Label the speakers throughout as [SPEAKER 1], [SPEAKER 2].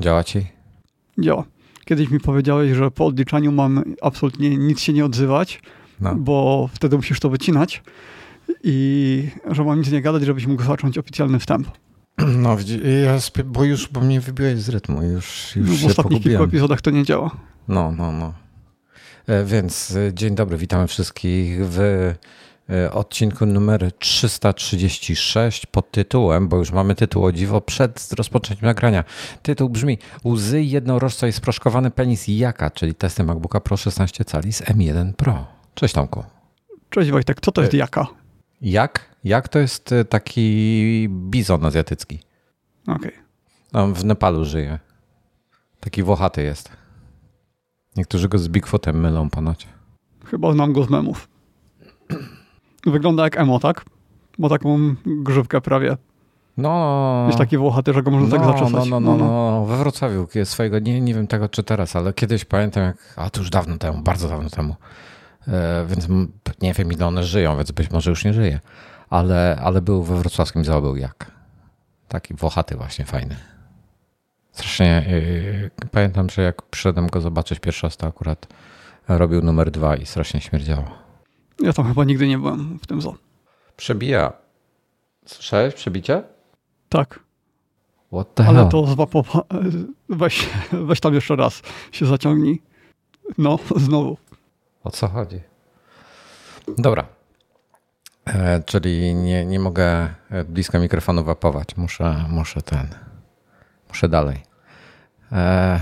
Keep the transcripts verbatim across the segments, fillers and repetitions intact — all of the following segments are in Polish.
[SPEAKER 1] Działa ci?
[SPEAKER 2] Działa. Kiedyś mi powiedziałeś, że po odliczaniu mam absolutnie nic się nie odzywać, no. bo wtedy musisz to wycinać i że mam nic nie gadać, żebyś mógł zacząć oficjalny wstęp.
[SPEAKER 1] No, ja sp- bo już, bo mnie wybiłeś z rytmu, już, już
[SPEAKER 2] no, w
[SPEAKER 1] się
[SPEAKER 2] ostatnich
[SPEAKER 1] pogubiłem.
[SPEAKER 2] kilku epizodach to nie działa.
[SPEAKER 1] No, no, no. E, więc dzień dobry, witamy wszystkich w e, odcinku numer trzysta trzydzieści sześć pod tytułem, bo już mamy tytuł, o dziwo, przed rozpoczęciem nagrania. Tytuł brzmi: Łzy jednorożca i sproszkowany penis Jaka, czyli testy MacBooka Pro szesnaście cali z M jeden Pro. Cześć Tomku.
[SPEAKER 2] Cześć Wojtek, co to jest Jaka?
[SPEAKER 1] Jak? Jak to jest taki bizon azjatycki.
[SPEAKER 2] Okej. Okay.
[SPEAKER 1] On w Nepalu żyje. Taki włochaty jest. Niektórzy go z Bigfootem mylą ponoć.
[SPEAKER 2] Chyba znam go z memów. Wygląda jak emo, tak? Ma taką grzywkę prawie.
[SPEAKER 1] No.
[SPEAKER 2] Jest taki włochaty, że go można
[SPEAKER 1] no,
[SPEAKER 2] tak zaczesać.
[SPEAKER 1] No, no, no, no, no. We Wrocławiu swojego, nie, nie wiem tego czy teraz, ale kiedyś pamiętam jak, a to już dawno temu, bardzo dawno temu. E, więc nie wiem ile one żyją, więc być może już nie żyje. Ale, ale był we wrocławskim zoo, był jak. Taki włochaty właśnie, fajny. Strasznie yy, pamiętam, że jak przyszedłem go zobaczyć pierwszy raz, to akurat robił numer dwa i strasznie śmierdziało.
[SPEAKER 2] Ja tam chyba nigdy nie byłem w tym zoo.
[SPEAKER 1] Przebija. Słyszałeś przebicie?
[SPEAKER 2] Tak.
[SPEAKER 1] What the
[SPEAKER 2] Ale
[SPEAKER 1] hell?
[SPEAKER 2] to zwapo... Weź, weź tam jeszcze raz się zaciągnij. No, znowu.
[SPEAKER 1] O co chodzi? Dobra. E, czyli nie, nie mogę blisko mikrofonu wapować. Muszę, muszę ten... Muszę dalej. E,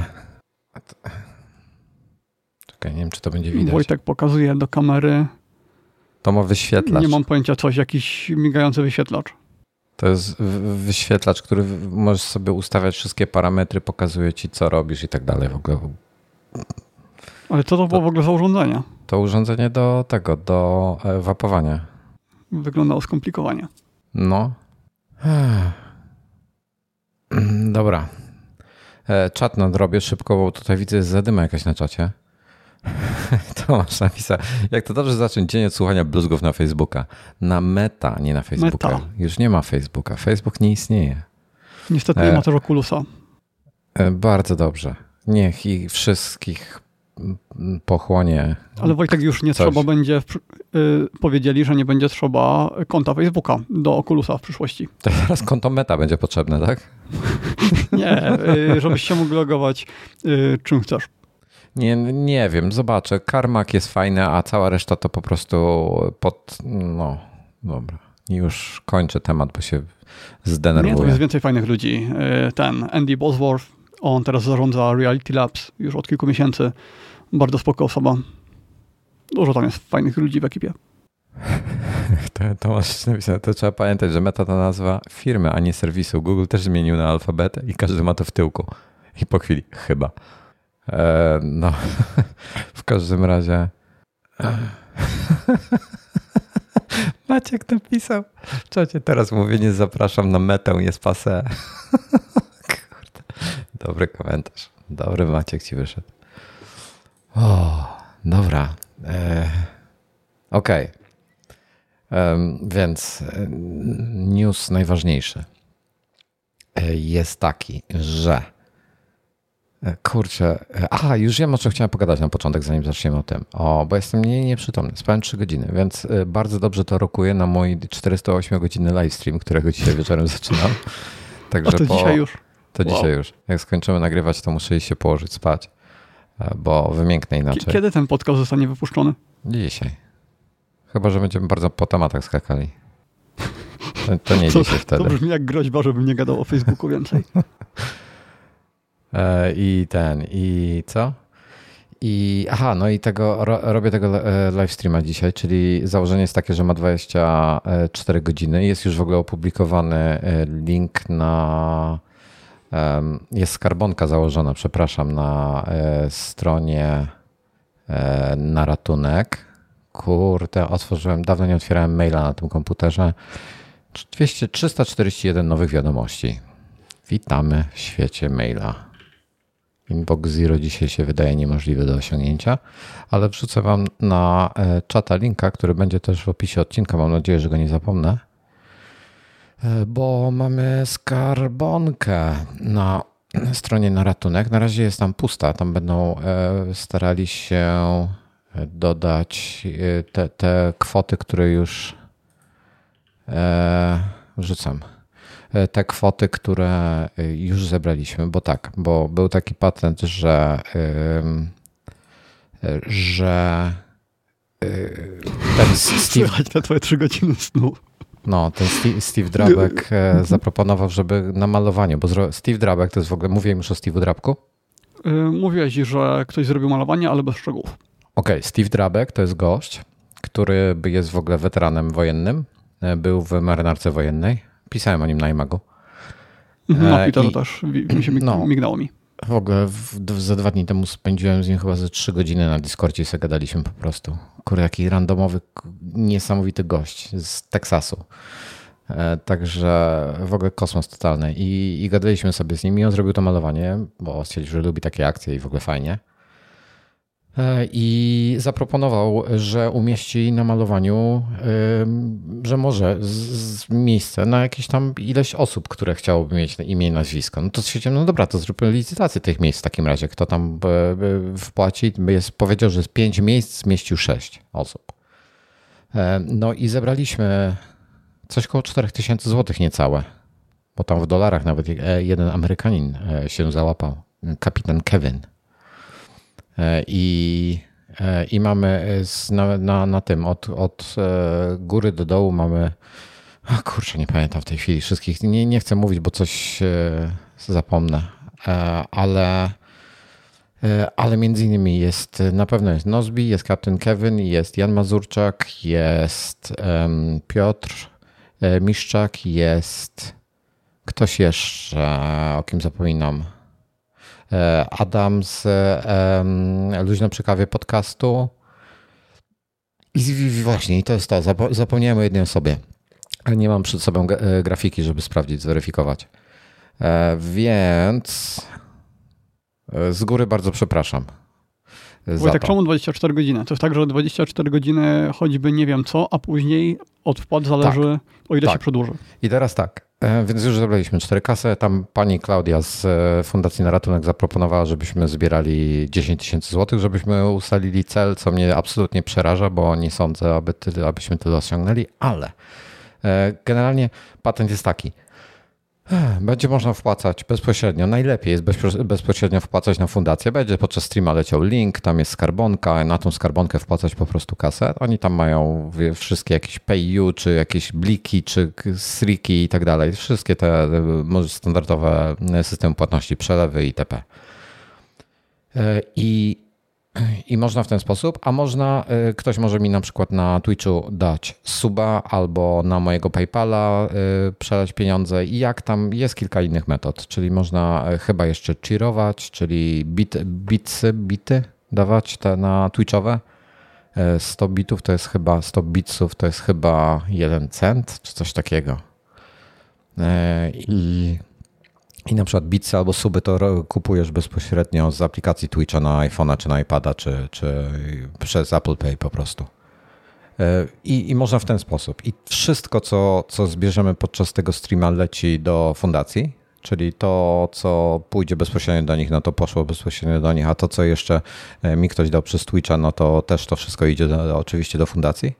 [SPEAKER 1] czekaj, nie wiem, czy to będzie widać.
[SPEAKER 2] Wojtek pokazuje do kamery.
[SPEAKER 1] To ma wyświetlacz.
[SPEAKER 2] Nie mam pojęcia, coś, jakiś migający wyświetlacz.
[SPEAKER 1] To jest wyświetlacz, który możesz sobie ustawiać wszystkie parametry, pokazuje ci, co robisz i tak dalej. W ogóle.
[SPEAKER 2] Ale co to było w ogóle za urządzenie?
[SPEAKER 1] To urządzenie do tego, do wapowania.
[SPEAKER 2] Wyglądało skomplikowanie.
[SPEAKER 1] No. Dobra. Czat nadrobię szybko, bo tutaj widzę, jest zadyma jakaś na czacie. Tomasz napisał, jak to dobrze zacząć dzień od słuchania bluzgów na Facebooka. Na Meta, nie na Facebooka.
[SPEAKER 2] Meta.
[SPEAKER 1] Już nie ma Facebooka. Facebook nie istnieje.
[SPEAKER 2] Niestety nie ma też Oculusa.
[SPEAKER 1] Bardzo dobrze. Niech ich wszystkich pochłonie.
[SPEAKER 2] Ale Wojtek, już nie
[SPEAKER 1] coś.
[SPEAKER 2] trzeba będzie, yy, powiedzieli, że nie będzie trzeba konta Facebooka do Oculusa w przyszłości.
[SPEAKER 1] To teraz konto Meta będzie potrzebne, tak?
[SPEAKER 2] Nie, yy, żebyś się mógł logować yy, czym chcesz.
[SPEAKER 1] Nie, nie wiem, zobaczę. Karmak jest fajny, a cała reszta to po prostu pod... No, dobra. Już kończę temat, bo się zdenerwuję.
[SPEAKER 2] Nie, to jest więcej fajnych ludzi. Yy, ten Andy Bosworth, on teraz zarządza Reality Labs już od kilku miesięcy. Bardzo spoko osoba. Dużo tam jest fajnych ludzi w ekipie.
[SPEAKER 1] To, to masz napisane. To trzeba pamiętać, że Meta to nazwa firmy, a nie serwisu. Google też zmienił na alfabet i każdy ma to w tyłku. I po chwili chyba. E, no, w każdym razie Maciek napisał w czacie, teraz mówię, nie zapraszam na Metę, jest passé. Kurde. Dobry komentarz. Dobry Maciek ci wyszedł. O, dobra. E, Okej. Okay. E, więc news najważniejszy jest taki, że Kurczę, aha, już wiem, o czym chciałem pogadać na początek, zanim zaczniemy o tym. O, bo jestem nie, nieprzytomny, spałem trzy godziny, więc bardzo dobrze to rokuję na mój czterysta osiem godzinny livestream, którego dzisiaj wieczorem zaczynam. Także
[SPEAKER 2] A to
[SPEAKER 1] po,
[SPEAKER 2] dzisiaj już?
[SPEAKER 1] To
[SPEAKER 2] wow.
[SPEAKER 1] dzisiaj już. Jak skończymy nagrywać, to muszę iść się położyć spać, bo wymięknę inaczej.
[SPEAKER 2] Kiedy ten podcast zostanie wypuszczony?
[SPEAKER 1] Dzisiaj. Chyba, że będziemy bardzo po tematach skakali. To, to nie to, dzisiaj wtedy.
[SPEAKER 2] To brzmi jak groźba, żebym nie gadał o Facebooku więcej.
[SPEAKER 1] I ten, i co? I aha, no i tego ro, robię tego live streama dzisiaj, czyli założenie jest takie, że ma dwadzieścia cztery godziny. Jest już w ogóle opublikowany link na... Jest skarbonka założona, przepraszam, na stronie na ratunek. Kurde, otworzyłem, dawno nie otwierałem maila na tym komputerze. dwieście, trzysta czterdzieści jeden nowych wiadomości. Witamy w świecie maila. Inbox Zero dzisiaj się wydaje niemożliwy do osiągnięcia, ale wrzucę wam na czata linka, który będzie też w opisie odcinka. Mam nadzieję, że go nie zapomnę, bo mamy skarbonkę na stronie na ratunek. Na razie jest tam pusta. Tam będą starali się dodać te, te kwoty, które już wrzucam. Te kwoty, które już zebraliśmy, bo tak, bo był taki patent, że że ten Steve...
[SPEAKER 2] Słychać te twoje trzy godziny snu.
[SPEAKER 1] No, ten Steve, Steve Drabek zaproponował, żeby na malowaniu, bo Steve Drabek to jest w ogóle, mówiłem już o Steve'u Drabku?
[SPEAKER 2] Mówiłeś, że ktoś zrobił malowanie, ale bez szczegółów.
[SPEAKER 1] Okej, okay, Steve Drabek to jest gość, który jest w ogóle weteranem wojennym, był w marynarce wojennej, pisałem o nim na iMagu.
[SPEAKER 2] No i to też mi się
[SPEAKER 1] no,
[SPEAKER 2] mignęło mi.
[SPEAKER 1] W ogóle w, za dwa dni temu spędziłem z nim chyba ze trzy godziny na Discordzie i sobie gadaliśmy po prostu. Kurde, jaki randomowy, niesamowity gość z Teksasu. E, także w ogóle kosmos totalny. I, I gadaliśmy sobie z nim i on zrobił to malowanie, bo stwierdził, że lubi takie akcje i w ogóle fajnie. E, I zaproponował, że umieści na malowaniu, y, że może z, z miejsce na jakieś tam ileś osób, które chciałoby mieć imię i nazwisko. No to stwierdziłem, no dobra, to zróbmy licytację tych miejsc w takim razie. Kto tam y, wpłaci, jest, powiedział, że z pięć miejsc zmieścił sześć osób. E, no i zebraliśmy coś koło cztery tysiące złotych niecałe, bo tam w dolarach nawet jeden Amerykanin się załapał, kapitan Kevin. I, i mamy na, na, na tym od, od góry do dołu mamy, a kurczę, nie pamiętam w tej chwili wszystkich, nie, nie chcę mówić, bo coś zapomnę, ale, ale między innymi jest, na pewno jest Nozby, jest Captain Kevin, jest Jan Mazurczak, jest um, Piotr Miszczak, jest ktoś jeszcze, o kim zapominam, Adam z um, Luźno przy kawie podcastu. I właśnie, i to jest to. Zapomniałem o jednej osobie, ale nie mam przed sobą grafiki, żeby sprawdzić, zweryfikować. E, więc z góry bardzo przepraszam.
[SPEAKER 2] Wojtek, czemu dwadzieścia cztery godziny? To jest tak, że dwadzieścia cztery godziny choćby nie wiem co, a później od wpłat zależy, tak, o ile tak. się przedłuży.
[SPEAKER 1] I teraz tak. Więc już zebraliśmy cztery kasy. Tam pani Klaudia z Fundacji na Ratunek zaproponowała, żebyśmy zbierali dziesięć tysięcy złotych, żebyśmy ustalili cel, co mnie absolutnie przeraża, bo nie sądzę, aby tyle, abyśmy tyle osiągnęli, ale generalnie patent jest taki. Będzie można wpłacać bezpośrednio. Najlepiej jest bezpośrednio wpłacać na fundację. Będzie podczas streama leciał link, tam jest skarbonka, na tą skarbonkę wpłacać po prostu kasę. Oni tam mają wszystkie jakieś PayU, czy jakieś bliki, czy sriki i tak dalej. Wszystkie te standardowe systemy płatności, przelewy itp. I I można w ten sposób, a można, ktoś może mi na przykład na Twitchu dać suba albo na mojego PayPala przelać pieniądze i jak tam jest kilka innych metod, czyli można chyba jeszcze cheerować, czyli bit, bitsy, bity dawać te na Twitchowe. sto bitów to jest chyba, sto bitsów to jest chyba jeden cent, czy coś takiego. I I na przykład bitsy albo suby to kupujesz bezpośrednio z aplikacji Twitcha na iPhone'a czy na iPada, czy, czy przez Apple Pay po prostu. I, I można w ten sposób. I wszystko, co, co zbierzemy podczas tego streama leci do fundacji, czyli to, co pójdzie bezpośrednio do nich, no to poszło bezpośrednio do nich, a to, co jeszcze mi ktoś dał przez Twitcha, no to też to wszystko idzie do, oczywiście do fundacji.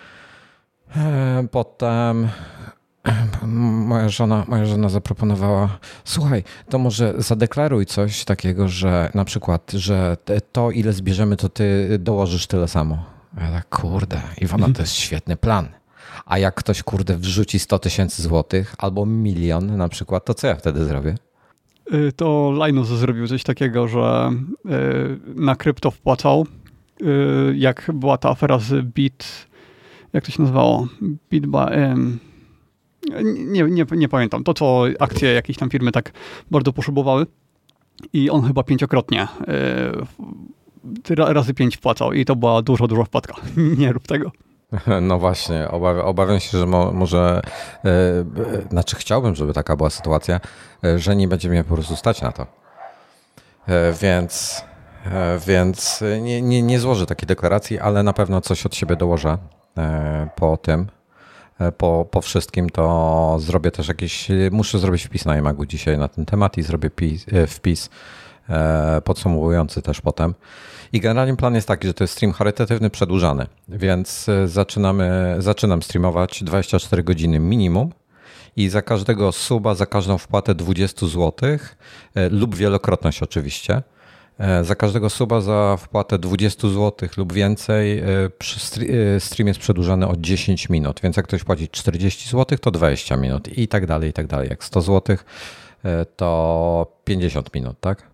[SPEAKER 1] Potem... Moja żona, moja żona zaproponowała, słuchaj, to może zadeklaruj coś takiego, że na przykład, że to ile zbierzemy, to ty dołożysz tyle samo. Ja tak, kurde, Iwona, to jest świetny plan. A jak ktoś, kurde, wrzuci sto tysięcy złotych albo milion na przykład, to co ja wtedy zrobię?
[SPEAKER 2] To Linus zrobił coś takiego, że na krypto wpłacał, jak była ta afera z Bit, jak to się nazywało? Bit by... Nie, nie, nie pamiętam. To, co akcje jakiejś tam firmy tak bardzo poszybowały i on chyba pięciokrotnie yy, razy pięć wpłacał i to była dużo, dużo wpadka. Nie rób tego.
[SPEAKER 1] No właśnie, obawiam, obawiam się, że mo, może, yy, znaczy chciałbym, żeby taka była sytuacja, yy, że nie będzie mnie po prostu stać na to. Yy, więc yy, więc nie, nie, nie złożę takiej deklaracji, ale na pewno coś od siebie dołożę yy, po tym. po, po wszystkim, to zrobię też jakiś, muszę zrobić wpis na iMagu dzisiaj na ten temat i zrobię pis, wpis podsumowujący też potem. I generalnie plan jest taki, że to jest stream charytatywny przedłużany, więc zaczynamy, zaczynam streamować dwadzieścia cztery godziny minimum i za każdego suba, za każdą wpłatę dwadzieścia złotych lub wielokrotność oczywiście, za każdego suba za wpłatę dwadzieścia złotych lub więcej stream jest przedłużany o dziesięć minut, więc jak ktoś płaci czterdzieści złotych, to dwadzieścia minut i tak dalej, i tak dalej. Jak sto złotych, to pięćdziesiąt minut, tak?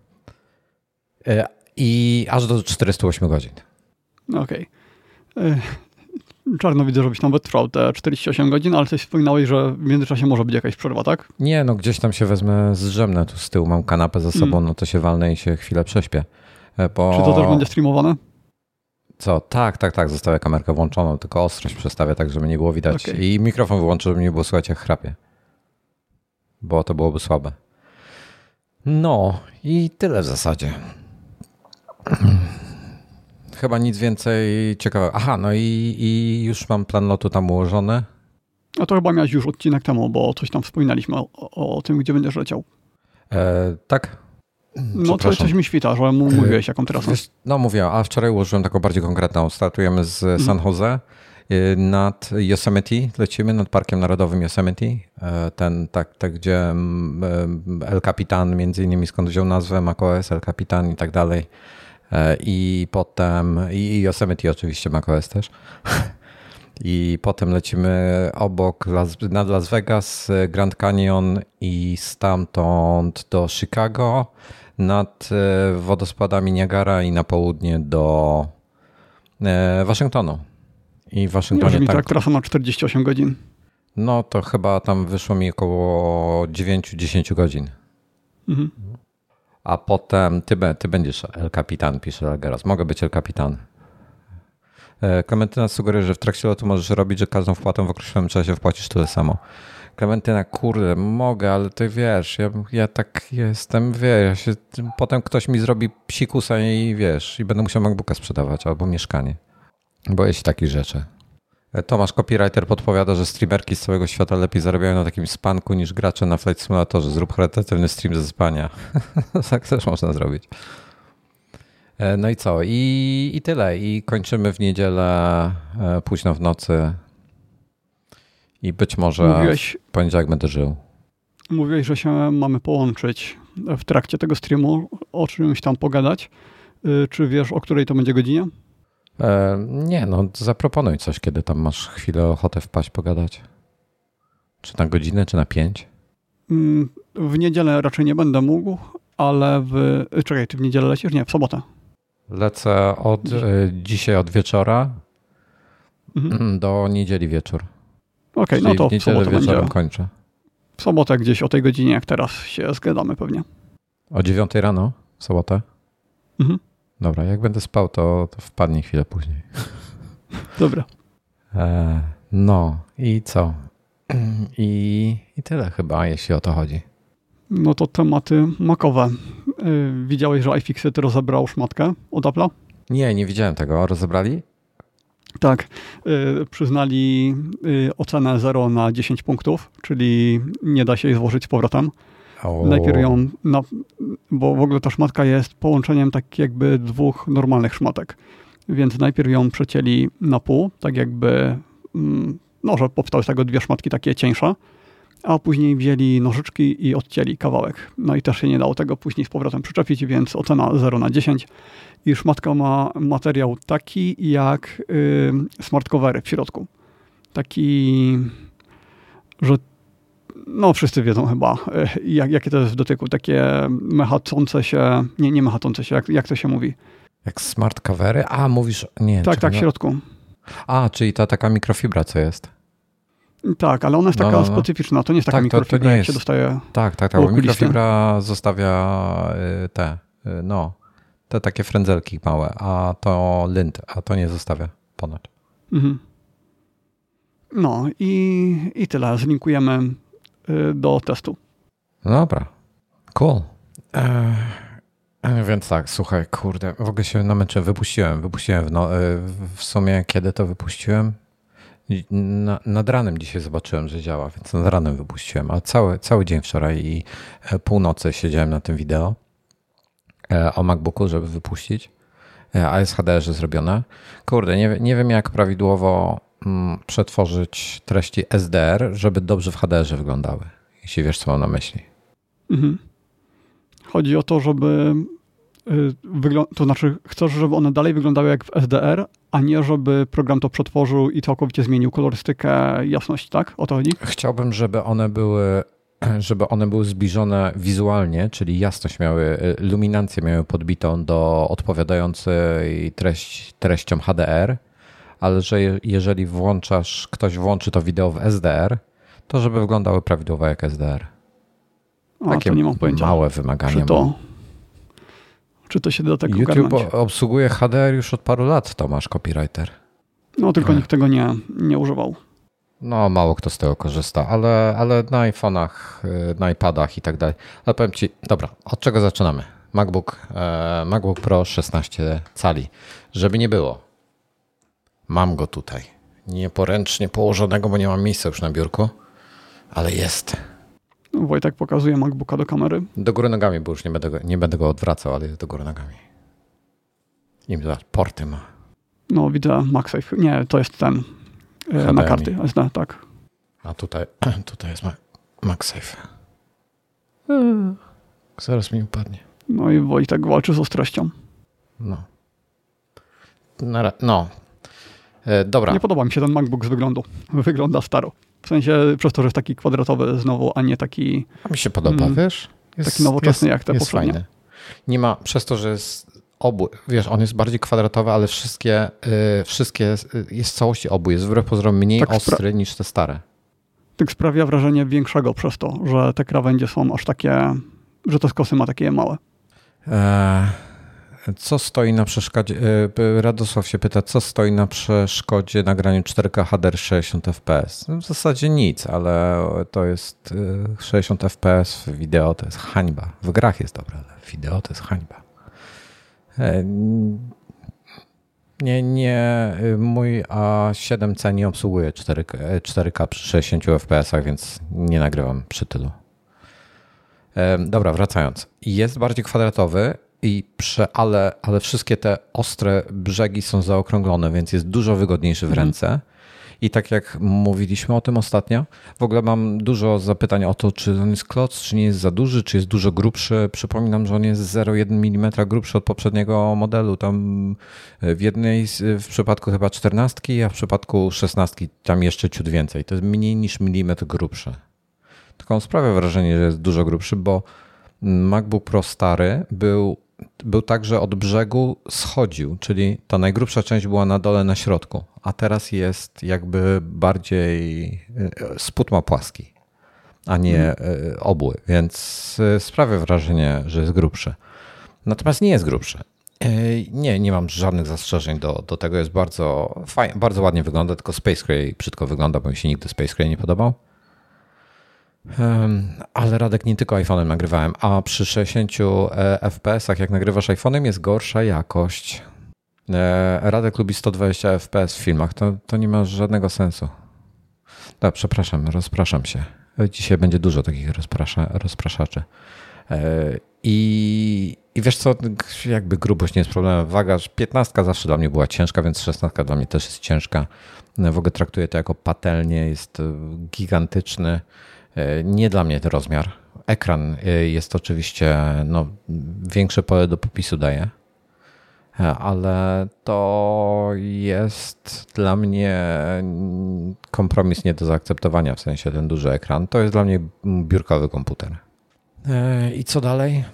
[SPEAKER 1] I aż do czterystu ośmiu godzin.
[SPEAKER 2] Okej. Okay. Czarno widzę, żebyś nawet trwał te czterdzieści osiem godzin, ale coś wspominałeś, że w międzyczasie może być jakaś przerwa, tak?
[SPEAKER 1] Nie, no gdzieś tam się wezmę, zdrzemnę tu z tyłu, mam kanapę za sobą, mm. no to się walnę i się chwilę prześpię. Bo...
[SPEAKER 2] Czy to też będzie streamowane?
[SPEAKER 1] Co? Tak, tak, tak, zostawię kamerkę włączoną, tylko ostrość przestawię tak, żeby nie było widać. Okay. I mikrofon wyłączę, żeby nie było słychać jak chrapie. Bo to byłoby słabe. No i tyle w zasadzie. Chyba nic więcej ciekawego. Aha, no i, i już mam plan lotu tam ułożony.
[SPEAKER 2] A to chyba miałeś już odcinek temu, bo coś tam wspominaliśmy o, o tym, gdzie będziesz leciał.
[SPEAKER 1] E, tak?
[SPEAKER 2] No to coś mi świta, że mu mówiłeś jaką trasę.
[SPEAKER 1] No mówię, a wczoraj ułożyłem taką bardziej konkretną. Startujemy z San Jose. Nad Yosemite lecimy, nad Parkiem Narodowym Yosemite. Ten, tak, tak gdzie El Capitan, między innymi skąd wziął nazwę macOS, El Capitan i tak dalej. I potem, i Yosemite oczywiście macOS też. I potem lecimy obok, Las, nad Las Vegas, Grand Canyon i stamtąd do Chicago, nad wodospadami Niagara i na południe do Waszyngtonu. I w Waszyngtonie
[SPEAKER 2] Brzmi tak, tak trasa na czterdzieści osiem godzin.
[SPEAKER 1] No to chyba tam wyszło mi około dziewięć do dziesięciu godzin. Mhm. A potem ty, ty będziesz El Capitan, pisze Algeros. Mogę być El Capitan. Klementyna sugeruje, że w trakcie lotu możesz robić, że każdą wpłatę w określonym czasie wpłacisz tyle samo. Klementyna, kurde, mogę, ale ty wiesz, ja, ja tak jestem, wiesz, ja się, potem ktoś mi zrobi psikusa i wiesz, i będę musiał MacBooka sprzedawać albo mieszkanie. Boję się takich rzeczy. Tomasz Copywriter podpowiada, że streamerki z całego świata lepiej zarabiają na takim spanku niż gracze na Flight Simulatorze. Zrób charytatywny stream ze spania. Tak też można zrobić. No i co? I, I tyle. I kończymy w niedzielę późno w nocy. I być może Mówiłeś, w poniedziałek będę żył.
[SPEAKER 2] Mówiłeś, że się mamy połączyć w trakcie tego streamu, o czymś tam pogadać. Czy wiesz, o której to będzie godzinie?
[SPEAKER 1] Nie, no zaproponuj coś, kiedy tam masz chwilę ochotę wpaść, pogadać. Czy na godzinę, czy na pięć?
[SPEAKER 2] W niedzielę raczej nie będę mógł, ale w... Czekaj, ty w niedzielę lecisz? Nie, w sobotę.
[SPEAKER 1] Lecę od Dziś. dzisiaj od wieczora mhm. do niedzieli wieczór.
[SPEAKER 2] Okej, okay, no to
[SPEAKER 1] w niedzielę
[SPEAKER 2] w
[SPEAKER 1] wieczorem
[SPEAKER 2] będzie.
[SPEAKER 1] kończę.
[SPEAKER 2] W sobotę gdzieś o tej godzinie, jak teraz się zgadamy pewnie.
[SPEAKER 1] O dziewiątej rano w sobotę?
[SPEAKER 2] Mhm.
[SPEAKER 1] Dobra, jak będę spał, to, to wpadnie chwilę później.
[SPEAKER 2] Dobra.
[SPEAKER 1] E, no i co? I, I tyle chyba, jeśli o to chodzi.
[SPEAKER 2] No to tematy makowe. Yy, widziałeś, że iFixit rozebrał szmatkę od Apple'a?
[SPEAKER 1] Nie, nie widziałem tego. Rozebrali?
[SPEAKER 2] Tak. Yy, przyznali yy, ocenę zero na dziesięć punktów, czyli nie da się jej złożyć z powrotem. O. Najpierw ją, na, bo w ogóle ta szmatka jest połączeniem tak jakby dwóch normalnych szmatek. Więc najpierw ją przecięli na pół, tak jakby, no, że powstały z tego dwie szmatki takie cieńsze, a później wzięli nożyczki i odcięli kawałek. No i też się nie dało tego później z powrotem przyczepić, więc ocena zero na dziesięć. I szmatka ma materiał taki jak y, smart covery w środku. Taki, że no wszyscy wiedzą chyba, jak, jakie to jest w dotyku. Takie mechacące się, nie, nie mechacące się, jak, jak to się mówi?
[SPEAKER 1] Jak smart covery? A, mówisz, nie.
[SPEAKER 2] Tak, tak, w środku.
[SPEAKER 1] A, czyli ta taka mikrofibra, co jest.
[SPEAKER 2] Tak, ale ona jest taka no, no, no. specyficzna. To nie jest taka tak, mikrofibra, to, to nie jak jest. się dostaje.
[SPEAKER 1] Tak, tak, tak. Mikrofibra zostawia te, no, te takie frędzelki małe, a to lint, a to nie zostawia ponad. Mhm.
[SPEAKER 2] No i, i tyle. Zlinkujemy do testu.
[SPEAKER 1] Dobra, cool. Eee, więc tak, słuchaj, kurde, w ogóle się namęczyłem, wypuściłem, wypuściłem w, no, w sumie, kiedy to wypuściłem? Nad ranem dzisiaj zobaczyłem, że działa, więc nad ranem wypuściłem, ale cały, cały dzień wczoraj i północy siedziałem na tym wideo o MacBooku, żeby wypuścić, a jest w H D R-ze zrobione. Kurde, nie, nie wiem jak prawidłowo przetworzyć treści S D R, żeby dobrze w H D R-ze wyglądały, jeśli wiesz, co mam na myśli.
[SPEAKER 2] Mhm. Chodzi o to, żeby Wyglą- to znaczy, chcesz, żeby one dalej wyglądały jak w S D R, a nie żeby program to przetworzył i całkowicie zmienił kolorystykę, jasność, tak? O to chodzi?
[SPEAKER 1] Chciałbym, żeby one były, żeby one były zbliżone wizualnie, czyli jasność miały, luminancję miały podbitą do odpowiadającej treść, treściom H D R, ale że je, jeżeli włączasz, ktoś włączy to wideo w S D R, to żeby wyglądały prawidłowo jak S D R.
[SPEAKER 2] A, takie to nie mam pojęcia.
[SPEAKER 1] Małe wymagania.
[SPEAKER 2] Czy to... Czy to się da tak
[SPEAKER 1] YouTube
[SPEAKER 2] ogarnąć?
[SPEAKER 1] obsługuje H D R już od paru lat, Tomasz, copywriter.
[SPEAKER 2] No, tylko nikt tego nie, nie używał.
[SPEAKER 1] No, mało kto z tego korzysta, ale, ale na iPhone'ach, na iPadach i tak dalej. Ale powiem ci, dobra, od czego zaczynamy? MacBook, e, MacBook Pro szesnaście cali. Żeby nie było, mam go tutaj. Nieporęcznie położonego, bo nie mam miejsca już na biurku, ale jest.
[SPEAKER 2] Wojtek pokazuje MacBooka do kamery.
[SPEAKER 1] Do góry nogami, bo już nie będę go, nie będę go odwracał, ale jest do góry nogami. I porty ma.
[SPEAKER 2] No, widzę MagSafe. Nie, to jest ten H D M I. Na karty S D, tak.
[SPEAKER 1] A tutaj, tutaj jest MagSafe. Hmm. Zaraz mi upadnie.
[SPEAKER 2] No i Wojtek walczy z ostrością.
[SPEAKER 1] No. No. E, dobra.
[SPEAKER 2] Nie podoba mi się ten MacBook z wyglądu. Wygląda staro. W sensie przez to, że jest taki kwadratowy znowu, a nie taki...
[SPEAKER 1] A mi się podoba, mm, wiesz?
[SPEAKER 2] Jest, taki nowoczesny jest, jak te poprzednie. Fajny.
[SPEAKER 1] Nie ma, przez to, że jest obu, wiesz, on jest bardziej kwadratowy, ale wszystkie, y, wszystkie jest w całości obu. Jest wbrew pozorom mniej tak ostry spra- niż te stare.
[SPEAKER 2] Tak sprawia wrażenie większego przez to, że te krawędzie są aż takie, że te skosy ma takie małe.
[SPEAKER 1] Eee, co stoi na przeszkodzie? Radosław się pyta, co stoi na przeszkodzie nagraniu cztery K H D R sześćdziesiąt F P S? W zasadzie nic, ale to jest sześćdziesiąt F P S w wideo, to jest hańba. W grach jest dobre, ale w wideo to jest hańba. Nie, nie, mój A siedem C nie obsługuje cztery K przy sześćdziesięciu F P S-ach, więc nie nagrywam przy tylu. Dobra, wracając. Jest bardziej kwadratowy, i prze, ale, ale wszystkie te ostre brzegi są zaokrąglone, więc jest dużo wygodniejszy w ręce. I tak jak mówiliśmy o tym ostatnio, w ogóle mam dużo zapytań o to, czy on jest kloc, czy nie jest za duży, czy jest dużo grubszy. Przypominam, że on jest zero przecinek jeden milimetra grubszy od poprzedniego modelu. Tam w jednej, w przypadku chyba czternastki, a w przypadku szesnastki tam jeszcze ciut więcej. To jest mniej niż milimetr grubszy. Tylko on sprawia wrażenie, że jest dużo grubszy, bo MacBook Pro stary był Był tak, że od brzegu schodził, czyli ta najgrubsza część była na dole, na środku, a teraz jest jakby bardziej, spód ma płaski, a nie hmm. obły, więc sprawia wrażenie, że jest grubszy. Natomiast nie jest grubszy. Nie, nie mam żadnych zastrzeżeń do, do tego, jest bardzo fajnie, bardzo ładnie wygląda, tylko Space Gray brzydko wygląda, bo mi się nigdy Space Gray nie podobał. Ale Radek, nie tylko iPhone'em nagrywałem, a przy sześćdziesięciu F P S-ach jak nagrywasz iPhone'em jest gorsza jakość. Radek lubi sto dwadzieścia F P S w filmach, to, to nie ma żadnego sensu. Da, przepraszam, rozpraszam się. Dzisiaj będzie dużo takich rozprasza, rozpraszaczy. I, I wiesz co, jakby grubość nie jest problemem. Waga, piętnastka zawsze dla mnie była ciężka, więc szesnastka dla mnie też jest ciężka. W ogóle traktuję to jako patelnię, jest gigantyczny. Nie dla mnie ten rozmiar. Ekran jest oczywiście, no, większe pole do popisu daje, ale to jest dla mnie kompromis nie do zaakceptowania, w sensie ten duży ekran. To jest dla mnie biurkowy komputer. I co dalej?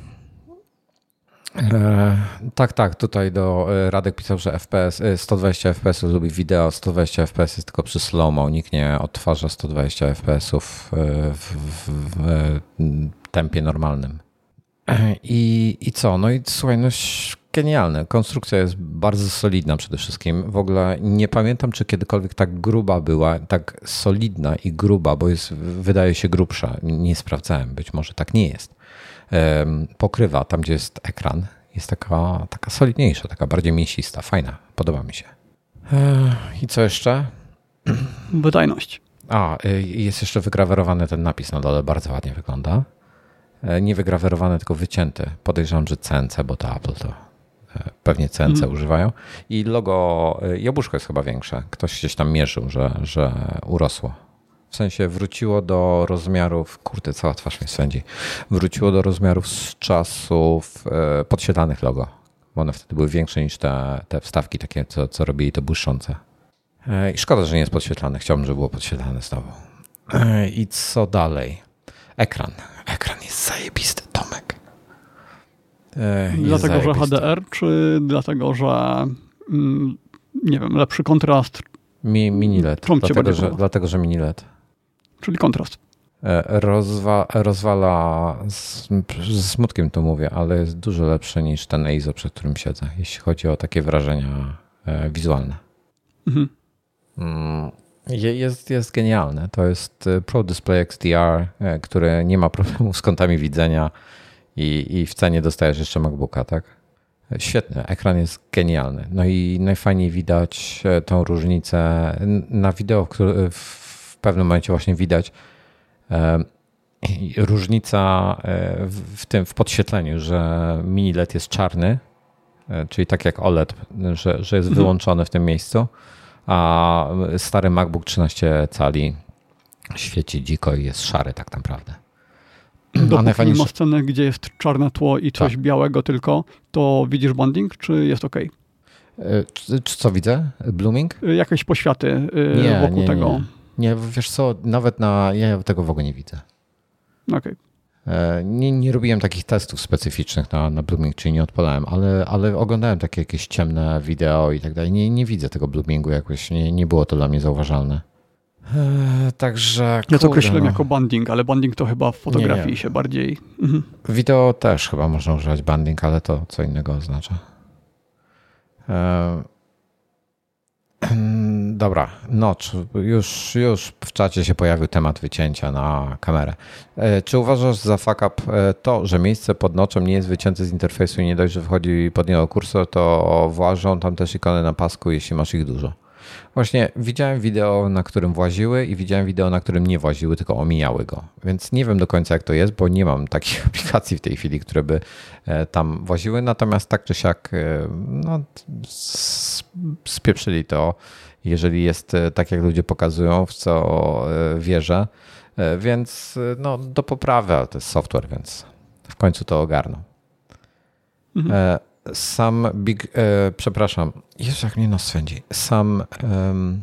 [SPEAKER 1] E, tak, tak, tutaj do Radek pisał, że F P S, sto dwadzieścia F P S lubi wideo, sto dwadzieścia F P S jest tylko przy slow-mo, nikt nie odtwarza sto dwadzieścia F P S ów w, w, w tempie normalnym. I, I co? No i słuchaj, no genialne. Konstrukcja jest bardzo solidna przede wszystkim. W ogóle nie pamiętam, czy kiedykolwiek tak gruba była, tak solidna i gruba, bo jest, wydaje się grubsza. Nie sprawdzałem, być może tak nie jest. Pokrywa, tam gdzie jest ekran, jest taka, taka solidniejsza, taka bardziej mięsista, fajna, podoba mi się. I co jeszcze?
[SPEAKER 2] Wydajność.
[SPEAKER 1] A, jest jeszcze wygrawerowany ten napis na dole, bardzo ładnie wygląda. Nie wygrawerowany, tylko wycięty. Podejrzewam, że C N C, bo to Apple to pewnie C N C mm. używają. I logo, jabłuszko jest chyba większe. Ktoś gdzieś tam mierzył, że, że urosło. W sensie wróciło do rozmiarów, kurde, cała twarz mnie swędzi. Wróciło do rozmiarów z czasów podświetlanych logo. Bo one wtedy były większe niż te, te wstawki takie, co, co robili to błyszczące. I szkoda, że nie jest podświetlane. Chciałbym, żeby było podświetlane znowu. I co dalej? Ekran. Ekran jest zajebisty, Tomek.
[SPEAKER 2] Jest dlatego, zajebisty. Że H D R, czy dlatego, że mm, nie wiem, lepszy kontrast?
[SPEAKER 1] Mi, mini L E D. Dlatego że, dlatego, że mini L E D.
[SPEAKER 2] Czyli kontrast.
[SPEAKER 1] Rozwa, rozwala, z, z smutkiem to mówię, ale jest dużo lepszy niż ten E I Z O, przed którym siedzę, jeśli chodzi o takie wrażenia wizualne. Mhm. Jest, jest genialne. To jest Pro Display X D R, który nie ma problemu z kątami widzenia i, i w cenie dostajesz jeszcze MacBooka, tak? Świetny, ekran jest genialny. No i najfajniej widać tą różnicę na wideo, w, w pewnym momencie właśnie widać e, różnica w tym, w podświetleniu, że mini L E D jest czarny, czyli tak jak O L E D, że, że jest wyłączony w tym miejscu, a stary MacBook trzynaście cali świeci dziko i jest szary tak naprawdę.
[SPEAKER 2] Dopóki najfajniejsze... nie ma sceny, gdzie jest czarne tło i coś tak. białego tylko, to widzisz banding, czy jest ok?
[SPEAKER 1] Czy, czy co widzę? Blooming?
[SPEAKER 2] Jakieś poświaty nie, wokół
[SPEAKER 1] nie,
[SPEAKER 2] tego.
[SPEAKER 1] Nie. nie, wiesz co, nawet na... Ja tego w ogóle nie widzę.
[SPEAKER 2] Okej. Okay.
[SPEAKER 1] Nie, nie robiłem takich testów specyficznych na, na blooming, czyli nie odpalałem, ale, ale oglądałem takie jakieś ciemne wideo i tak dalej. Nie, nie widzę tego bloomingu jakoś, nie, nie było to dla mnie zauważalne. Eee, także...
[SPEAKER 2] Ja to określam no. jako banding, ale banding to chyba w fotografii nie, nie. się bardziej... Mhm.
[SPEAKER 1] Wideo też chyba można używać banding, ale to co innego oznacza. Eee, Dobra, notch. Już, już w czacie się pojawił temat wycięcia na kamerę. Czy uważasz za fuck up to, że miejsce pod notchem nie jest wycięte z interfejsu i nie dość, że wchodzi pod niego kursor, to włażą tam też ikony na pasku, jeśli masz ich dużo? Właśnie widziałem wideo, na którym właziły i widziałem wideo, na którym nie właziły, tylko omijały go. Więc nie wiem do końca jak to jest, bo nie mam takich aplikacji w tej chwili, które by tam właziły. Natomiast tak czy siak no, spieprzyli to, jeżeli jest tak jak ludzie pokazują, w co wierzę. Więc no, do poprawy, ale to jest software, więc w końcu to ogarną. Mhm. Sam Big, e, przepraszam, Jezu, jak mnie nos swędzi. Sam um,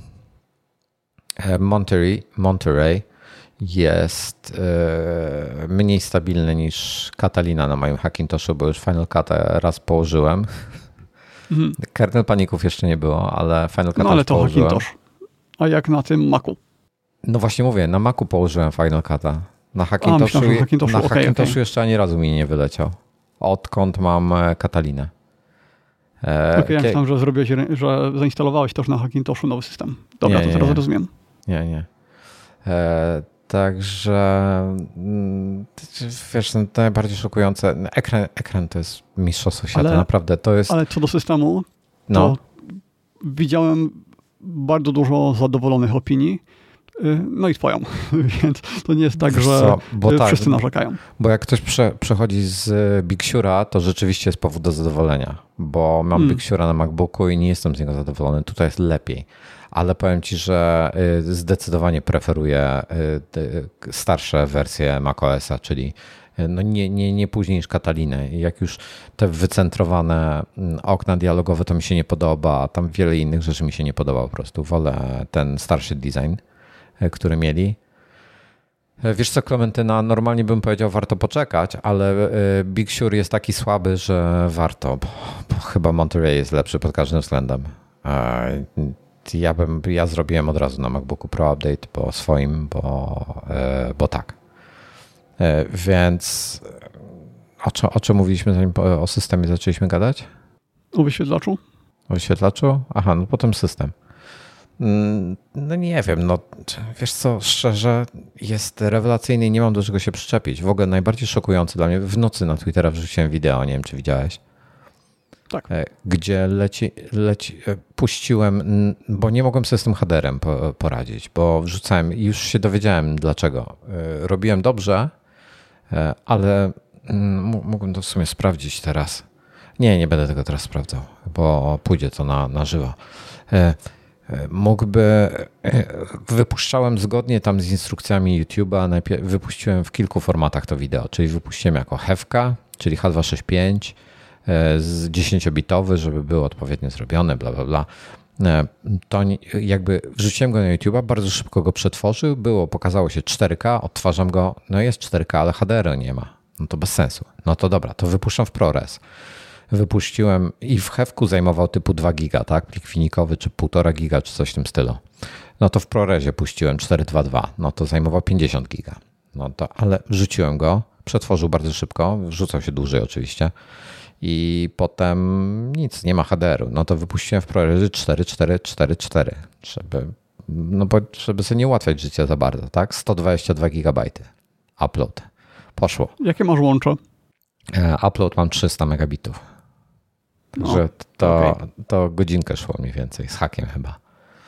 [SPEAKER 1] Monterey, Monterey jest e, mniej stabilny niż Catalina na moim Hackintoshu, bo już Final Cut'a raz położyłem. Mhm. Kernel paników jeszcze nie było, ale Final Cut'a
[SPEAKER 2] No ale to
[SPEAKER 1] położyłem.
[SPEAKER 2] Hackintosh. A jak na tym Macu?
[SPEAKER 1] No właśnie mówię, na Macu położyłem Final Cut'a. Na Hackintoshu, A, myślałem, Hackintoshu. Na okay, Hackintoshu okay. jeszcze ani razu mi nie wyleciał. Odkąd mam Catalinę.
[SPEAKER 2] Okej, okay, ja myślałem, że zrobiłeś, że zainstalowałeś też na Hackintoshu nowy system. Dobra, nie, to teraz nie. rozumiem.
[SPEAKER 1] Nie, nie. E, także wiesz, to najbardziej szokujące. Ekran, ekran to jest mistrzostwo świata, ale, naprawdę. To jest...
[SPEAKER 2] Ale co do systemu, to no. widziałem bardzo dużo zadowolonych opinii. No i twoją, więc to nie jest tak, Wiesz że co, bo wszyscy tak, narzekają.
[SPEAKER 1] Bo jak ktoś prze, przechodzi z Big Sura, to rzeczywiście jest powód do zadowolenia, bo mam hmm. Big Sura na MacBooku i nie jestem z niego zadowolony. Tutaj jest lepiej, ale powiem ci, że zdecydowanie preferuję starsze wersje macOSa, czyli no nie, nie, nie później niż Catalinę. Jak już te wycentrowane okna dialogowe to mi się nie podoba, a tam wiele innych rzeczy mi się nie podoba po prostu. Wolę ten starszy design, które mieli. Wiesz co, Klementyna, normalnie bym powiedział, warto poczekać, ale Big Sur jest taki słaby, że warto, bo, bo chyba Monterey jest lepszy pod każdym względem. Ja, bym, ja zrobiłem od razu na MacBooku Pro Update po swoim, bo, bo tak. Więc o, czym, o czym mówiliśmy, zanim o systemie zaczęliśmy gadać?
[SPEAKER 2] O wyświetlaczu?
[SPEAKER 1] O wyświetlaczu? Aha, no potem system. No nie wiem, no wiesz co, szczerze jest rewelacyjny i nie mam do czego się przyczepić. W ogóle najbardziej szokujący dla mnie, w nocy na Twittera wrzuciłem wideo, nie wiem czy widziałeś.
[SPEAKER 2] Tak.
[SPEAKER 1] Gdzie leci, leci, puściłem, bo nie mogłem sobie z tym headerem poradzić, bo wrzucałem i już się dowiedziałem dlaczego. Robiłem dobrze, ale mógłbym to w sumie sprawdzić teraz. Nie, nie będę tego teraz sprawdzał, bo pójdzie to na, na żywo. Mógłby, wypuszczałem zgodnie tam z instrukcjami YouTube'a, najpierw wypuściłem w kilku formatach to wideo, czyli wypuściłem jako hewka, czyli H dwieście sześćdziesiąt pięć, z dziesięciobitowy, żeby było odpowiednio zrobione, bla, bla, bla. To jakby wrzuciłem go na YouTube'a, bardzo szybko go przetworzył, było, pokazało się cztery K, odtwarzam go, no jest cztery K, ale H D R nie ma. No to bez sensu. No to dobra, to wypuszczam w ProRes. Wypuściłem i w hewku zajmował typu dwa giga, tak? Plik finikowy, czy półtora giga, czy coś w tym stylu. No to w ProResie puściłem cztery dwa dwa, no to zajmował pięćdziesiąt giga. No to, ale wrzuciłem go, przetworzył bardzo szybko, wrzucał się dłużej oczywiście i potem nic, nie ma H D R-u. No to wypuściłem w ProResie cztery cztery cztery cztery, żeby, no bo żeby sobie nie ułatwiać życia za bardzo, tak? sto dwadzieścia dwa gigabajty. Upload. Poszło.
[SPEAKER 2] Jakie masz łącze?
[SPEAKER 1] Upload mam trzysta megabitów. Także no, to, okay. to godzinkę szło mniej więcej, z hakiem chyba.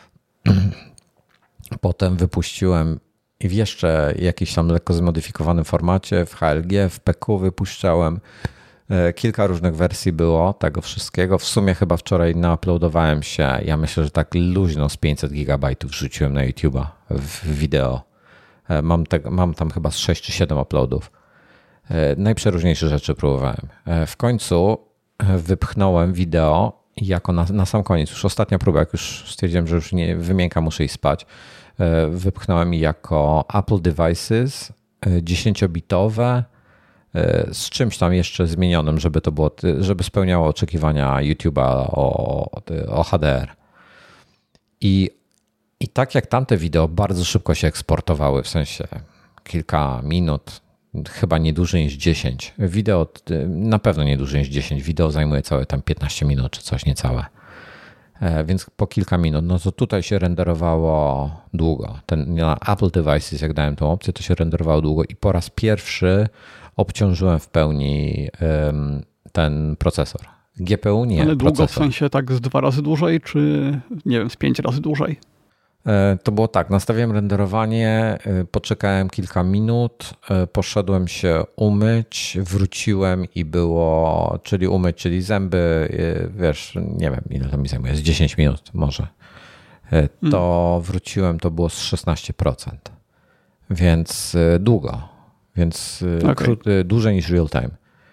[SPEAKER 1] Potem wypuściłem i w jeszcze jakimś tam lekko zmodyfikowanym formacie, w H L G, w P Q wypuszczałem. Kilka różnych wersji było tego wszystkiego. W sumie chyba wczoraj nauploadowałem się, ja myślę, że tak luźno z pięćset gigabajtów rzuciłem na YouTube'a w wideo. Mam, te, mam tam chyba z sześć czy siedem uploadów. Najprzeróżniejsze rzeczy próbowałem. W końcu wypchnąłem wideo jako na, na sam koniec, już ostatnia próba, jak już stwierdziłem, że już nie wymięka, muszę iść spać. Wypchnąłem jako Apple Devices dziesięciobitowe z czymś tam jeszcze zmienionym, żeby to było, żeby spełniało oczekiwania YouTube'a o, o H D R. I, I tak jak tamte wideo bardzo szybko się eksportowały, w sensie kilka minut, chyba nie dłużej niż dziesięć. Wideo na pewno nie dłużej niż dziesięć. Wideo zajmuje całe tam piętnaście minut czy coś niecałe. Więc po kilka minut, no to tutaj się renderowało długo. Ten, na Apple Devices, jak dałem tą opcję, to się renderowało długo i po raz pierwszy obciążyłem w pełni um, ten procesor. G P U nie,
[SPEAKER 2] ale długo
[SPEAKER 1] procesor.
[SPEAKER 2] W sensie tak z dwa razy dłużej, czy nie wiem, z pięć razy dłużej?
[SPEAKER 1] To było tak, nastawiłem renderowanie, poczekałem kilka minut, poszedłem się umyć, wróciłem i było, czyli umyć, czyli zęby, wiesz, nie wiem ile to mi zajmuje, z dziesięć minut może. To wróciłem, to było z szesnaście procent, więc długo, więc okay. krót, dłużej niż real time.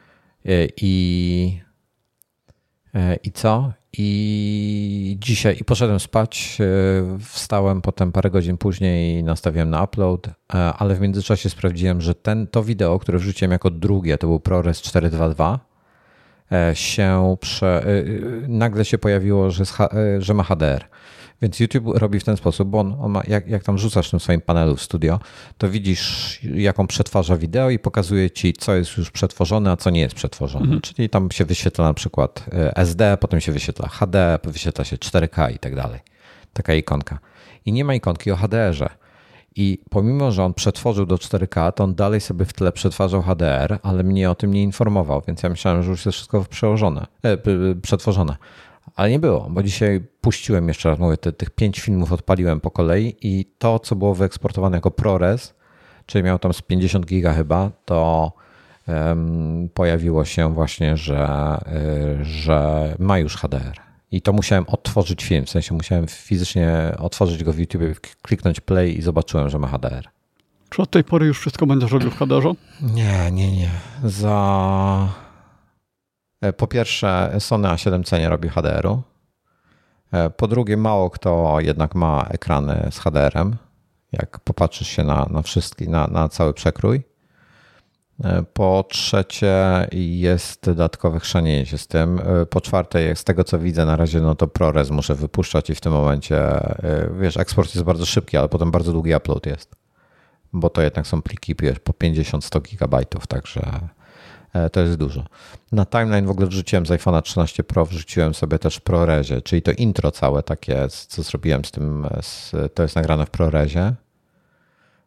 [SPEAKER 1] I, i co? I dzisiaj i poszedłem spać, wstałem potem parę godzin później i nastawiłem na upload, ale w międzyczasie sprawdziłem, że ten, to wideo, które wrzuciłem jako drugie, to był ProRes cztery dwa dwa, się prze, nagle się pojawiło, że, że ma H D R. Więc YouTube robi w ten sposób, bo on, on ma, jak, jak tam rzucasz w tym swoim panelu w studio, to widzisz, jaką przetwarza wideo i pokazuje ci, co jest już przetworzone, a co nie jest przetworzone. Mhm. Czyli tam się wyświetla na przykład S D, potem się wyświetla H D, wyświetla się cztery K i tak dalej. Taka ikonka. I nie ma ikonki o H D R-ze. I pomimo, że on przetworzył do cztery K, to on dalej sobie w tle przetwarzał H D R, ale mnie o tym nie informował, więc ja myślałem, że już jest wszystko przełożone, e, przetworzone. Ale nie było, bo dzisiaj puściłem, jeszcze raz mówię, te, tych pięć filmów odpaliłem po kolei i to, co było wyeksportowane jako ProRes, czyli miał tam z pięćdziesiąt giga chyba, to um, pojawiło się właśnie, że, y, że ma już H D R. I to musiałem odtworzyć film, w sensie musiałem fizycznie otworzyć go w YouTube, kliknąć play i zobaczyłem, że ma H D R.
[SPEAKER 2] Czy od tej pory już wszystko będziesz robił w H D R-ze?
[SPEAKER 1] Nie, nie, nie. Za... Po pierwsze, Sony A siedem C nie robi H D R-u. Po drugie, mało kto jednak ma ekrany z H D R-em, jak popatrzysz się na, na wszystkie, na, na cały przekrój. Po trzecie, jest dodatkowe chrzanienie się z tym. Po czwarte, z tego co widzę na razie, no to ProRes muszę wypuszczać i w tym momencie, wiesz, eksport jest bardzo szybki, ale potem bardzo długi upload jest, bo to jednak są pliki, wiesz, po pięćdziesiąt sto gigabajtów, także to jest dużo. Na timeline w ogóle wrzuciłem z iPhone'a trzynaście Pro, wrzuciłem sobie też w ProResie, czyli to intro całe takie, co zrobiłem z tym, to jest nagrane w ProResie.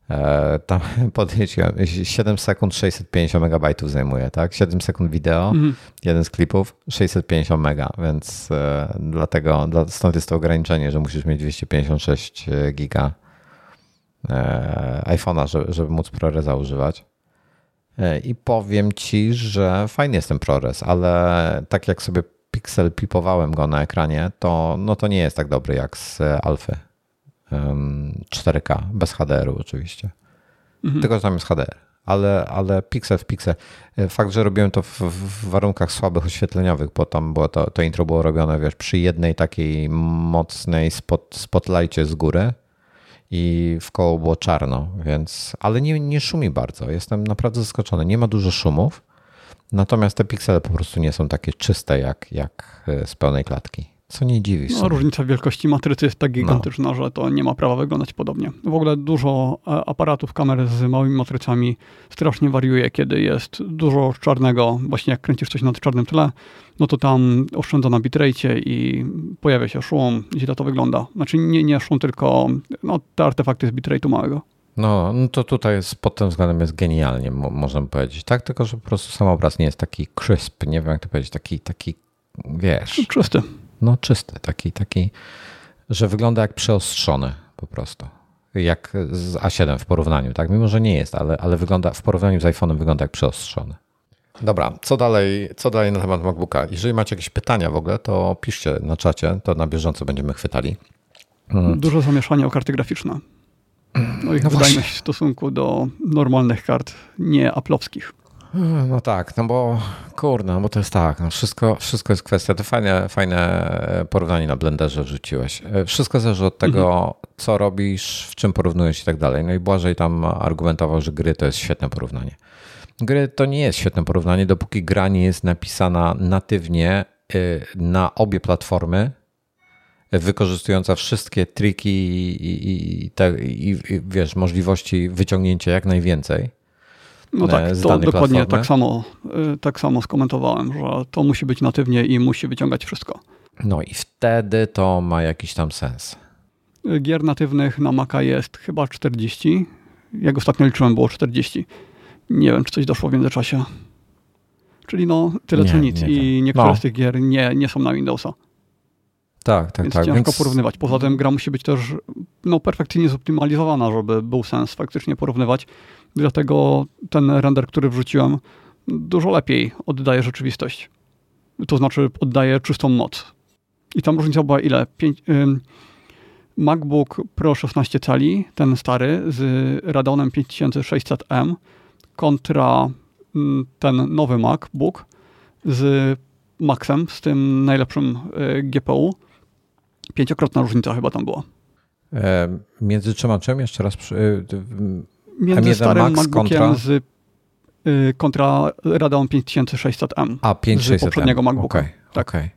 [SPEAKER 1] Tam podjęcie siedem sekund, sześćset pięćdziesiąt megabajtów zajmuje, tak? siedem sekund wideo, mhm. jeden z klipów, sześćset pięćdziesiąt mega, więc dlatego, stąd jest to ograniczenie, że musisz mieć dwieście pięćdziesiąt sześć giga iPhone'a, żeby, żeby móc ProResa używać. I powiem ci, że fajny jest ten ProRes, ale tak jak sobie Pixel pipowałem go na ekranie, to, no to nie jest tak dobry jak z Alfy. cztery K, bez H D R-u oczywiście. Mhm. Tylko, że tam jest H D R. Ale, ale Pixel w Pixel. Fakt, że robiłem to w, w warunkach słabych oświetleniowych, bo tam było to, to intro było robione, wiesz, przy jednej takiej mocnej spot, spotlightie z góry i w koło było czarno, więc, ale nie, nie szumi bardzo. Jestem naprawdę zaskoczony. Nie ma dużo szumów, natomiast te piksele po prostu nie są takie czyste jak, jak z pełnej klatki. Co nie dziwi.
[SPEAKER 2] No, różnica wielkości matrycy jest tak gigantyczna, no. że to nie ma prawa wyglądać podobnie. W ogóle dużo aparatów, kamer z małymi matrycami strasznie wariuje, kiedy jest dużo czarnego. Właśnie jak kręcisz coś na czarnym tle, no to tam oszczędza na bitrate i pojawia się szum. Źle to wygląda. Znaczy nie, nie szum, tylko no, te artefakty z bitrate'u małego.
[SPEAKER 1] No, no to tutaj jest, pod tym względem jest genialnie, można by powiedzieć. Tak, tylko że po prostu sam obraz nie jest taki crisp, nie wiem jak to powiedzieć, taki, taki wiesz...
[SPEAKER 2] Czysty.
[SPEAKER 1] No czysty, taki, taki, że wygląda jak przeostrzony po prostu. Jak z A siedem w porównaniu, tak? Mimo, że nie jest, ale, ale wygląda w porównaniu z iPhone'em wygląda jak przeostrzony. Dobra, co dalej, co dalej na temat MacBooka? Jeżeli macie jakieś pytania w ogóle, to piszcie na czacie, to na bieżąco będziemy chwytali.
[SPEAKER 2] Hmm. Dużo zamieszania o karty graficzne. No ich no wydajność właśnie. W stosunku do normalnych kart, nie aplowskich.
[SPEAKER 1] No tak, no bo kurde, no bo to jest tak, no wszystko, wszystko jest kwestia, to fajne, fajne porównanie na Blenderze wrzuciłeś. Wszystko zależy od tego, mhm. co robisz, w czym porównujesz i tak dalej. No i Błażej tam argumentował, że gry to jest świetne porównanie. Gry to nie jest świetne porównanie, dopóki gra nie jest napisana natywnie na obie platformy, wykorzystująca wszystkie triki i, i, i, te, i, i wiesz, możliwości wyciągnięcia jak najwięcej.
[SPEAKER 2] No tak, to dokładnie tak samo, tak samo skomentowałem, że to musi być natywnie i musi wyciągać wszystko.
[SPEAKER 1] No i wtedy to ma jakiś tam sens.
[SPEAKER 2] Gier natywnych na Maca jest chyba czterdzieści. Jak ostatnio liczyłem, było czterdzieści. Nie wiem, czy coś doszło w międzyczasie. Czyli no tyle nie, co nic. Nie I niektóre no. z tych gier nie, nie są na Windowsa.
[SPEAKER 1] Tak, tak,
[SPEAKER 2] więc
[SPEAKER 1] tak.
[SPEAKER 2] ciężko
[SPEAKER 1] więc...
[SPEAKER 2] porównywać. Poza tym gra musi być też no, perfekcyjnie zoptymalizowana, żeby był sens faktycznie porównywać. Dlatego ten render, który wrzuciłem, dużo lepiej oddaje rzeczywistość. To znaczy oddaje czystą moc. I tam różnica była ile? Pięć, ym, MacBook Pro szesnaście cali, ten stary, z Radeonem pięć tysięcy sześćset M kontra ym, ten nowy MacBook z Maxem, z tym najlepszym y, G P U. Pięciokrotna różnica chyba tam była.
[SPEAKER 1] E, między czym czym? Jeszcze raz... Przy, y,
[SPEAKER 2] Między starym Max MacBookiem kontra... z y, kontra Radeon pięć tysięcy sześćset M.
[SPEAKER 1] A, pięć tysięcy sześćset M.
[SPEAKER 2] Z poprzedniego MacBooka.
[SPEAKER 1] Okay, tak. Okay.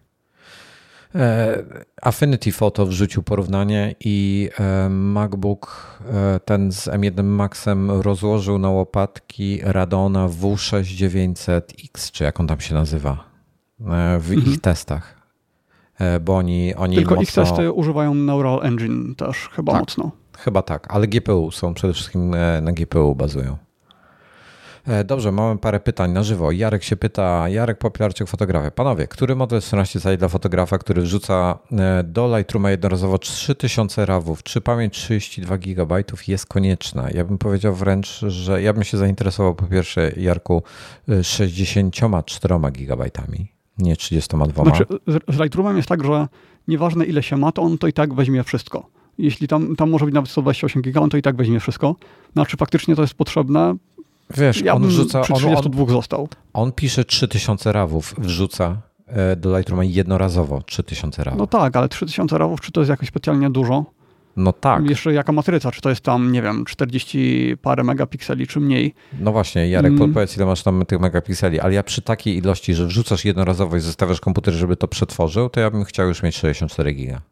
[SPEAKER 1] E, Affinity Photo wrzucił porównanie i e, MacBook e, ten z M jeden Maxem rozłożył na łopatki Radeona W sześć tysiąc dziewięćset X, czy jak on tam się nazywa, e, w mhm. ich testach. E, bo oni, oni
[SPEAKER 2] Tylko
[SPEAKER 1] mocno...
[SPEAKER 2] ich testy używają Neural Engine też chyba
[SPEAKER 1] tak.
[SPEAKER 2] mocno.
[SPEAKER 1] Chyba tak, ale G P U są przede wszystkim na G P U bazują. Dobrze, mamy parę pytań na żywo. Jarek się pyta, Jarek Popilarczyk, fotografia. Panowie, który model czternaście cali dla fotografa, który wrzuca do Lightrooma jednorazowo trzy tysiące rawów, czy pamięć trzydzieści dwa gigabajtów jest konieczna? Ja bym powiedział wręcz, że ja bym się zainteresował po pierwsze, Jarku, sześćdziesięcioma czterema gigabajtami, nie trzydziestoma dwoma.
[SPEAKER 2] Znaczy, z Lightroomem jest tak, że nieważne ile się ma, to on to i tak weźmie wszystko. Jeśli tam, tam może być nawet sto dwadzieścia osiem giga, on to i tak weźmie wszystko. Znaczy faktycznie to jest potrzebne.
[SPEAKER 1] Wiesz,
[SPEAKER 2] ja
[SPEAKER 1] on wrzuca...
[SPEAKER 2] przy trzydziestu dwóch on, został.
[SPEAKER 1] On pisze trzy tysiące rawów, wrzuca do Lightrooma jednorazowo trzy tysiące rawów.
[SPEAKER 2] No tak, ale trzy tysiące rawów, czy to jest jakoś specjalnie dużo?
[SPEAKER 1] No tak.
[SPEAKER 2] Jeszcze jaka matryca, czy to jest tam, nie wiem, czterdzieści parę megapikseli, czy mniej?
[SPEAKER 1] No właśnie, Jarek, mm. powiedz, ile masz tam tych megapikseli, ale ja przy takiej ilości, że wrzucasz jednorazowo i zostawiasz komputer, żeby to przetworzył, to ja bym chciał już mieć sześćdziesiąt cztery giga.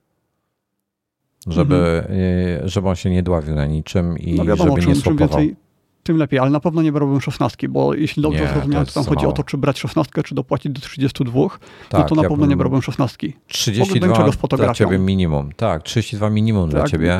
[SPEAKER 1] Żeby, mm. żeby on się nie dławił na niczym i no wiadomo, żeby
[SPEAKER 2] czym,
[SPEAKER 1] nie swapował.
[SPEAKER 2] Czym więcej, tym lepiej, ale na pewno nie brałbym szesnastki, bo jeśli dobrze zrozumiałem, to, to tam chodzi mało. o to, czy brać szesnastkę, czy dopłacić do trzydziestu dwóch, tak, no to na ja pewno nie brałbym szesnastki.
[SPEAKER 1] trzydzieści dwa dla ciebie minimum. Tak, trzydzieści dwa minimum tak. dla ciebie.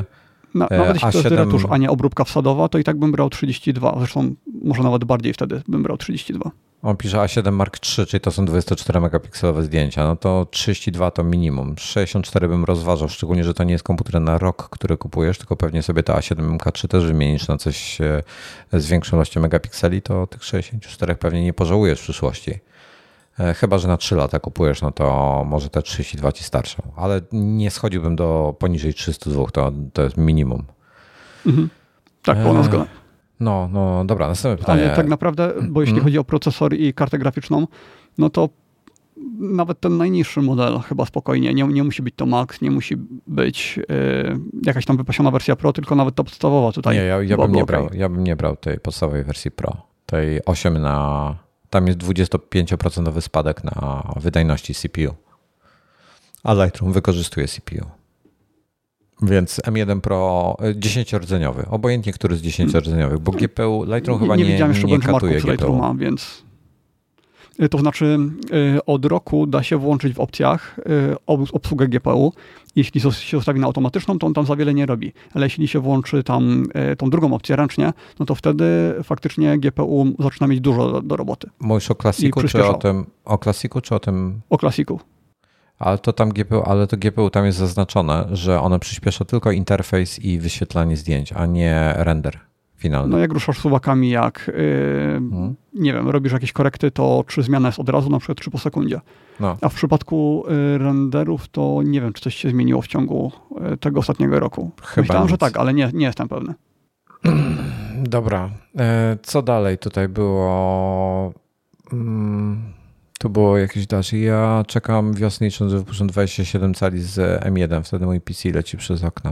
[SPEAKER 2] Na, nawet jeśli A siedem... to jest retusz, a nie obróbka wsadowa, to i tak bym brał trzydzieści dwa. Zresztą może nawet bardziej wtedy bym brał trzydzieści dwa.
[SPEAKER 1] On pisze A siedem Mark trzy, czyli to są dwadzieścia cztery megapikselowe zdjęcia. No to trzydzieści dwa to minimum. sześćdziesiąt cztery bym rozważał, szczególnie, że to nie jest komputer na rok, który kupujesz, tylko pewnie sobie to A siedem M K trzy też wymienisz na coś z większą ilością megapikseli, to tych sześćdziesiąt cztery pewnie nie pożałujesz w przyszłości. Chyba że na trzy lata kupujesz, no to może te trzydzieści dwa ci starszą. Ale nie schodziłbym do poniżej trzysta dwa, to, to jest minimum.
[SPEAKER 2] Mhm. Tak, pełna zgoda.
[SPEAKER 1] No, no dobra, następne pytanie.
[SPEAKER 2] Ale tak naprawdę, bo jeśli hmm. chodzi o procesor i kartę graficzną, no to nawet ten najniższy model chyba spokojnie, nie, nie musi być to Max, nie musi być yy, jakaś tam wypasiona wersja Pro, tylko nawet ta podstawowa tutaj.
[SPEAKER 1] Nie, ja, ja, bym nie brał, ja bym nie brał tej podstawowej wersji Pro. Tej osiem na... Tam jest dwudziestopięcioprocentowy spadek na wydajności C P U. A Lightroom wykorzystuje C P U. Więc M jeden Pro dziesięciordzeniowy, obojętnie który z dziesięciordzeniowych, bo G P U Lightroom chyba nie, nie, nie, nie katuje G P U.
[SPEAKER 2] Lightrooma, więc to znaczy od roku da się włączyć w opcjach obsługę G P U. Jeśli się ustawi na automatyczną, to on tam za wiele nie robi. Ale jeśli się włączy tam tą drugą opcję ręcznie, no to wtedy faktycznie G P U zaczyna mieć dużo do, do roboty.
[SPEAKER 1] Mówisz o klasiku, czy o tym, o klasiku, czy o tym?
[SPEAKER 2] O klasiku.
[SPEAKER 1] Ale to tam G P U, ale to G P U tam jest zaznaczone, że ono przyspiesza tylko interfejs i wyświetlanie zdjęć, a nie render finalny.
[SPEAKER 2] No jak ruszasz suwakami, jak yy, hmm. nie wiem, robisz jakieś korekty, to czy zmiana jest od razu, na przykład trzy po sekundzie. No. A w przypadku y, renderów to nie wiem, czy coś się zmieniło w ciągu y, tego ostatniego roku. Chyba Myślałem, nic. że tak, ale nie, nie jestem pewny.
[SPEAKER 1] Dobra. E, co dalej tutaj było? Hmm. Tu było jakieś dalsze. Ja czekam wiosny, licząc, że wypuszczą dwadzieścia siedem cali z M jeden. Wtedy mój P C leci przez okno.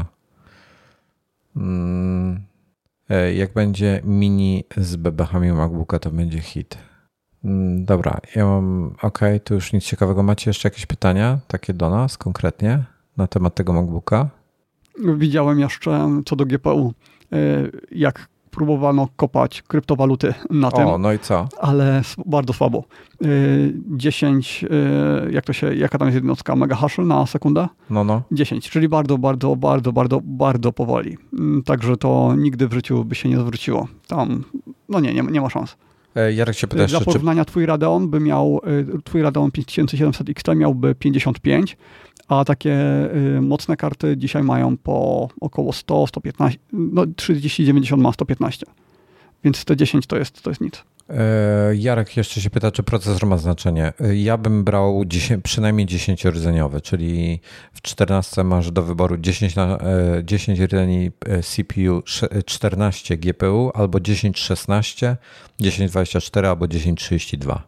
[SPEAKER 1] Hmm. Jak będzie mini z bebechami MacBooka, to będzie hit. Hmm. Dobra, ja mam... OK, tu już nic ciekawego. Macie jeszcze jakieś pytania takie do nas konkretnie na temat tego MacBooka?
[SPEAKER 2] Widziałem jeszcze co do G P U. Jak próbowano kopać kryptowaluty na tym.
[SPEAKER 1] O, no i co?
[SPEAKER 2] Ale bardzo słabo. dziesięć, jak to się, jaka tam jest jednostka? Megahaszy na sekundę?
[SPEAKER 1] No, no.
[SPEAKER 2] dziesięć, czyli bardzo, bardzo, bardzo, bardzo, bardzo powoli. Także to nigdy w życiu by się nie zwróciło. Tam, no nie, nie, nie ma szans.
[SPEAKER 1] Jarek się pyta jeszcze,
[SPEAKER 2] Dla porównania czy... twój Radeon by miał, twój Radeon pięć tysięcy siedemset X T miałby pięćdziesiąt pięć, a takie y, mocne karty dzisiaj mają po około sto, sto piętnaście, no trzydzieści dziewięćdziesiąt ma sto piętnaście, więc te dziesięć to jest, to jest nic.
[SPEAKER 1] Jarek jeszcze się pyta, czy procesor ma znaczenie. Ja bym brał dziesięć, przynajmniej dziesięciordzeniowy, czyli w czternastce masz do wyboru dziesięć, na, dziesięć rdzeni C P U, czternaście G P U, albo dziesięć szesnaście, dziesięć dwadzieścia cztery albo dziesięć trzydzieści dwa.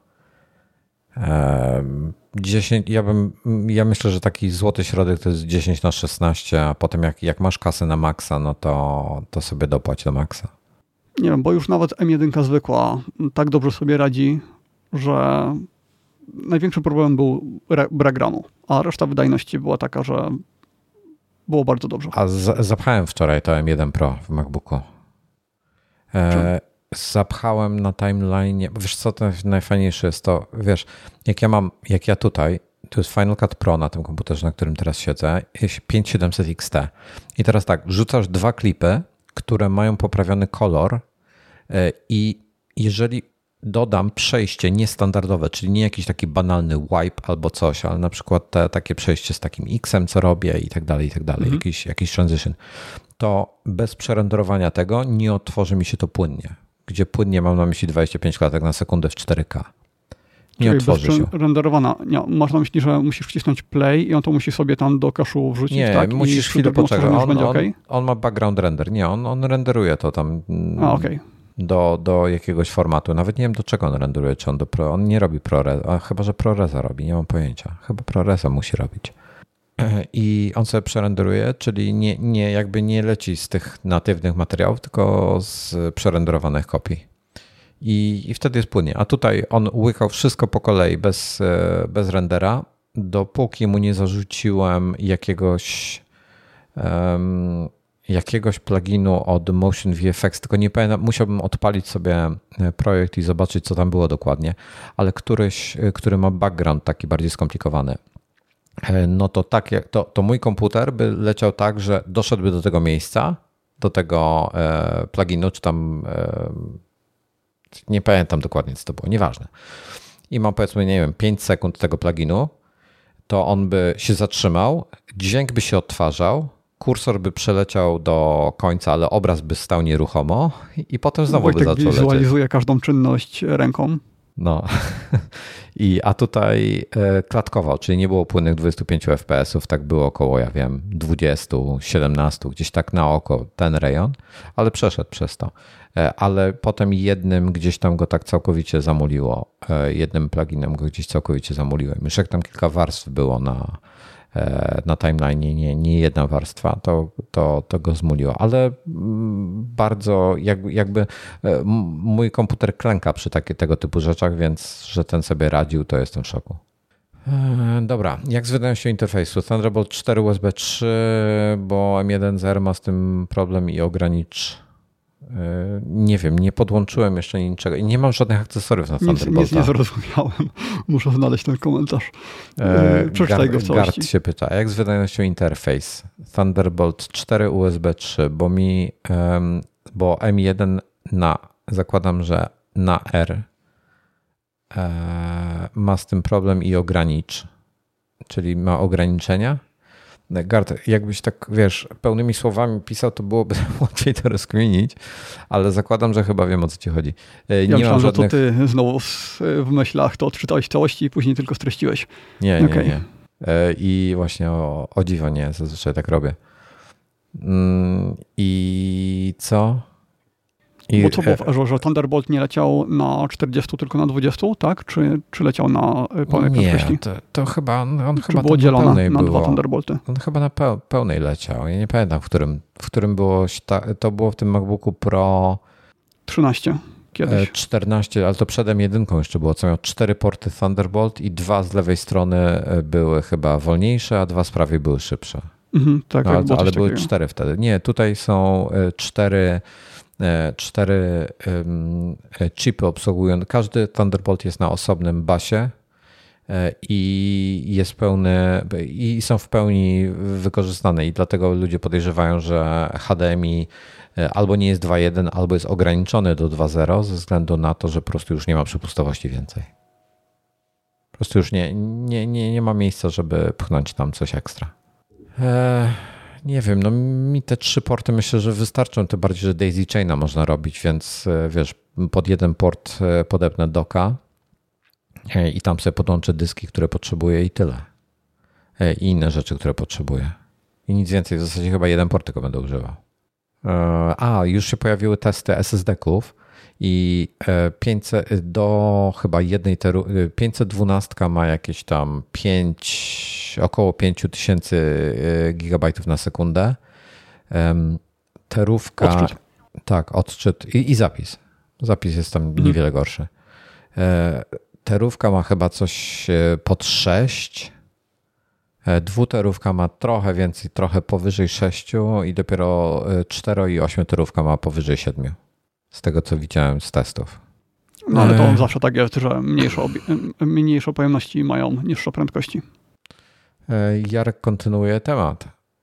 [SPEAKER 1] dziesięć, ja, bym, ja myślę, że taki złoty środek to jest dziesięć na szesnaście, a potem jak, jak masz kasę na maksa, no to, to sobie dopłać do maksa.
[SPEAKER 2] Nie wiem, bo już nawet M jeden zwykła tak dobrze sobie radzi, że największym problemem był brak ramu, a reszta wydajności była taka, że było bardzo dobrze.
[SPEAKER 1] A z- zapchałem wczoraj to M jeden Pro w MacBooku. E, zapchałem na timeline, wiesz co, to najfajniejsze jest to, wiesz, jak ja mam, jak ja tutaj, to jest Final Cut Pro na tym komputerze, na którym teraz siedzę, jest pięć tysięcy siedemset X T. I teraz tak, wrzucasz dwa klipy, które mają poprawiony kolor i jeżeli dodam przejście niestandardowe, czyli nie jakiś taki banalny wipe albo coś, ale na przykład te, takie przejście z takim X-em, co robię i tak dalej, i tak dalej, mhm. jakiś, jakiś transition, to bez przerenderowania tego nie otworzy mi się to płynnie. Gdzie płynnie mam na myśli dwadzieścia pięć klatek na sekundę w cztery K. Nie
[SPEAKER 2] Czyli
[SPEAKER 1] otworzy
[SPEAKER 2] bez
[SPEAKER 1] się.
[SPEAKER 2] renderowana. Nie, masz na myśli, że musisz wcisnąć play i on to musi sobie tam do kaszu wrzucić,
[SPEAKER 1] nie,
[SPEAKER 2] tak?
[SPEAKER 1] musisz
[SPEAKER 2] I
[SPEAKER 1] chwilę poczekać. On,
[SPEAKER 2] on,
[SPEAKER 1] okay? on ma background render. Nie, on, on renderuje to tam
[SPEAKER 2] A, okay.
[SPEAKER 1] do, do jakiegoś formatu. Nawet nie wiem, do czego on renderuje. Czy on, do pro, on nie robi ProResa, chyba że ProResa robi, nie mam pojęcia. Chyba ProResa musi robić. I on sobie przerenderuje, czyli nie, nie, jakby nie leci z tych natywnych materiałów, tylko z przerenderowanych kopii. I, I wtedy jest płynnie. A tutaj on łykał wszystko po kolei bez, bez rendera, dopóki mu nie zarzuciłem jakiegoś um, jakiegoś pluginu od Motion V F X, tylko nie pamiętam, musiałbym odpalić sobie projekt i zobaczyć, co tam było dokładnie, ale któryś, który ma background taki bardziej skomplikowany. no to tak, jak to, to mój komputer by leciał tak, że doszedłby do tego miejsca, do tego e, pluginu, czy tam e, nie pamiętam dokładnie, co to było, nieważne. I mam powiedzmy, nie wiem, pięć sekund tego pluginu, to on by się zatrzymał, dźwięk by się odtwarzał, kursor by przeleciał do końca, ale obraz by stał nieruchomo i potem znowu Wojtek by zaczął lecieć.
[SPEAKER 2] Wizualizuje każdą czynność ręką.
[SPEAKER 1] No, I, a tutaj e, klatkował, czyli nie było płynnych dwadzieścia pięć F P S-ów, tak było około, ja wiem, dwadzieścia, siedemnaście, gdzieś tak na oko ten rejon, ale przeszedł przez to. E, ale potem jednym gdzieś tam go tak całkowicie zamuliło, e, jednym pluginem go gdzieś całkowicie zamuliłem. Już jak tam kilka warstw było na, e, na timeline, nie, nie jedna warstwa, to, to, to go zmuliło. Ale mm, bardzo jakby, jakby e, mój komputer klęka przy takie, tego typu rzeczach, więc że ten sobie radził, to jestem w szoku. E, dobra, jak z wydajnością interfejsu? Thunderbolt cztery U S B trzy, bo M jeden zero ma z tym problem i ogranicz. Nie wiem, nie podłączyłem jeszcze niczego i nie mam żadnych akcesoriów na Thunderbolta.
[SPEAKER 2] Nic, nic nie zrozumiałem. Muszę znaleźć ten komentarz. E, Przeczytaj go w całości.
[SPEAKER 1] Gard się pyta, jak z wydajnością interfejs? Thunderbolt cztery U S B trzy, bo mi, um, bo M jeden na, zakładam, że na R e, ma z tym problem i ogranicz, czyli ma ograniczenia. Gard, jakbyś tak, wiesz, pełnymi słowami pisał, to byłoby łatwiej to rozkminić, ale zakładam, że chyba wiem, o co ci chodzi.
[SPEAKER 2] Nie ja myślałem, żadnych... że to ty znowu w myślach to odczytałeś w całości i później tylko streściłeś.
[SPEAKER 1] Nie, nie, okay. nie. I właśnie o, o dziwo nie, zazwyczaj tak robię. I co?
[SPEAKER 2] I... Bo co było w Azure? Thunderbolt nie leciał na czterdzieści, tylko na dwadzieścia, tak? Czy, czy leciał na pełnej
[SPEAKER 1] nie,
[SPEAKER 2] prędkości?
[SPEAKER 1] Nie, to, to chyba on
[SPEAKER 2] czy
[SPEAKER 1] chyba
[SPEAKER 2] było dzielone
[SPEAKER 1] na pełnej
[SPEAKER 2] na
[SPEAKER 1] było.
[SPEAKER 2] dwa Thunderbolty?
[SPEAKER 1] On chyba na pełnej leciał. Ja nie pamiętam, w którym, w którym było, to było w tym MacBooku Pro
[SPEAKER 2] trzynaście kiedyś.
[SPEAKER 1] czternaście, ale to przed M jeden jeszcze było, co miał cztery porty Thunderbolt i dwa z lewej strony były chyba wolniejsze, a dwa z prawej były szybsze.
[SPEAKER 2] Mhm, tak,
[SPEAKER 1] no, ale
[SPEAKER 2] było
[SPEAKER 1] ale były
[SPEAKER 2] takiego.
[SPEAKER 1] cztery wtedy. Nie, tutaj są cztery Cztery um, chipy obsługują. Każdy Thunderbolt jest na osobnym basie i jest pełny i są w pełni wykorzystane i dlatego ludzie podejrzewają, że H D M I albo nie jest dwa jeden, albo jest ograniczony do dwa zero ze względu na to, że po prostu już nie ma przepustowości więcej. Po prostu już nie, nie, nie, nie ma miejsca, żeby pchnąć tam coś ekstra. Eee... Nie wiem, no mi te trzy porty myślę, że wystarczą, tym bardziej, że daisy chaina można robić, więc wiesz, pod jeden port podepnę docka i tam sobie podłączę dyski, które potrzebuję i tyle. I inne rzeczy, które potrzebuję. I nic więcej, w zasadzie chyba jeden port tylko będę używał. A, już się pojawiły testy S S D-ków i pięćset do chyba jednej teru, pięćset dwanaście ma jakieś tam pięć, około pięć tysięcy gigabajtów na sekundę. Terówka.
[SPEAKER 2] Odczyt.
[SPEAKER 1] Tak, odczyt i, i zapis. Zapis jest tam mhm. niewiele gorszy. Terówka ma chyba coś pod sześć. Dwuterówka ma trochę więcej, trochę powyżej sześciu i dopiero cztero i ośmioterówka ma powyżej siedmiu. Z tego, co widziałem z testów.
[SPEAKER 2] No ale to zawsze tak jest, że mniejsze, mniejsze pojemności mają niższe prędkości.
[SPEAKER 1] Jarek kontynuuje temat.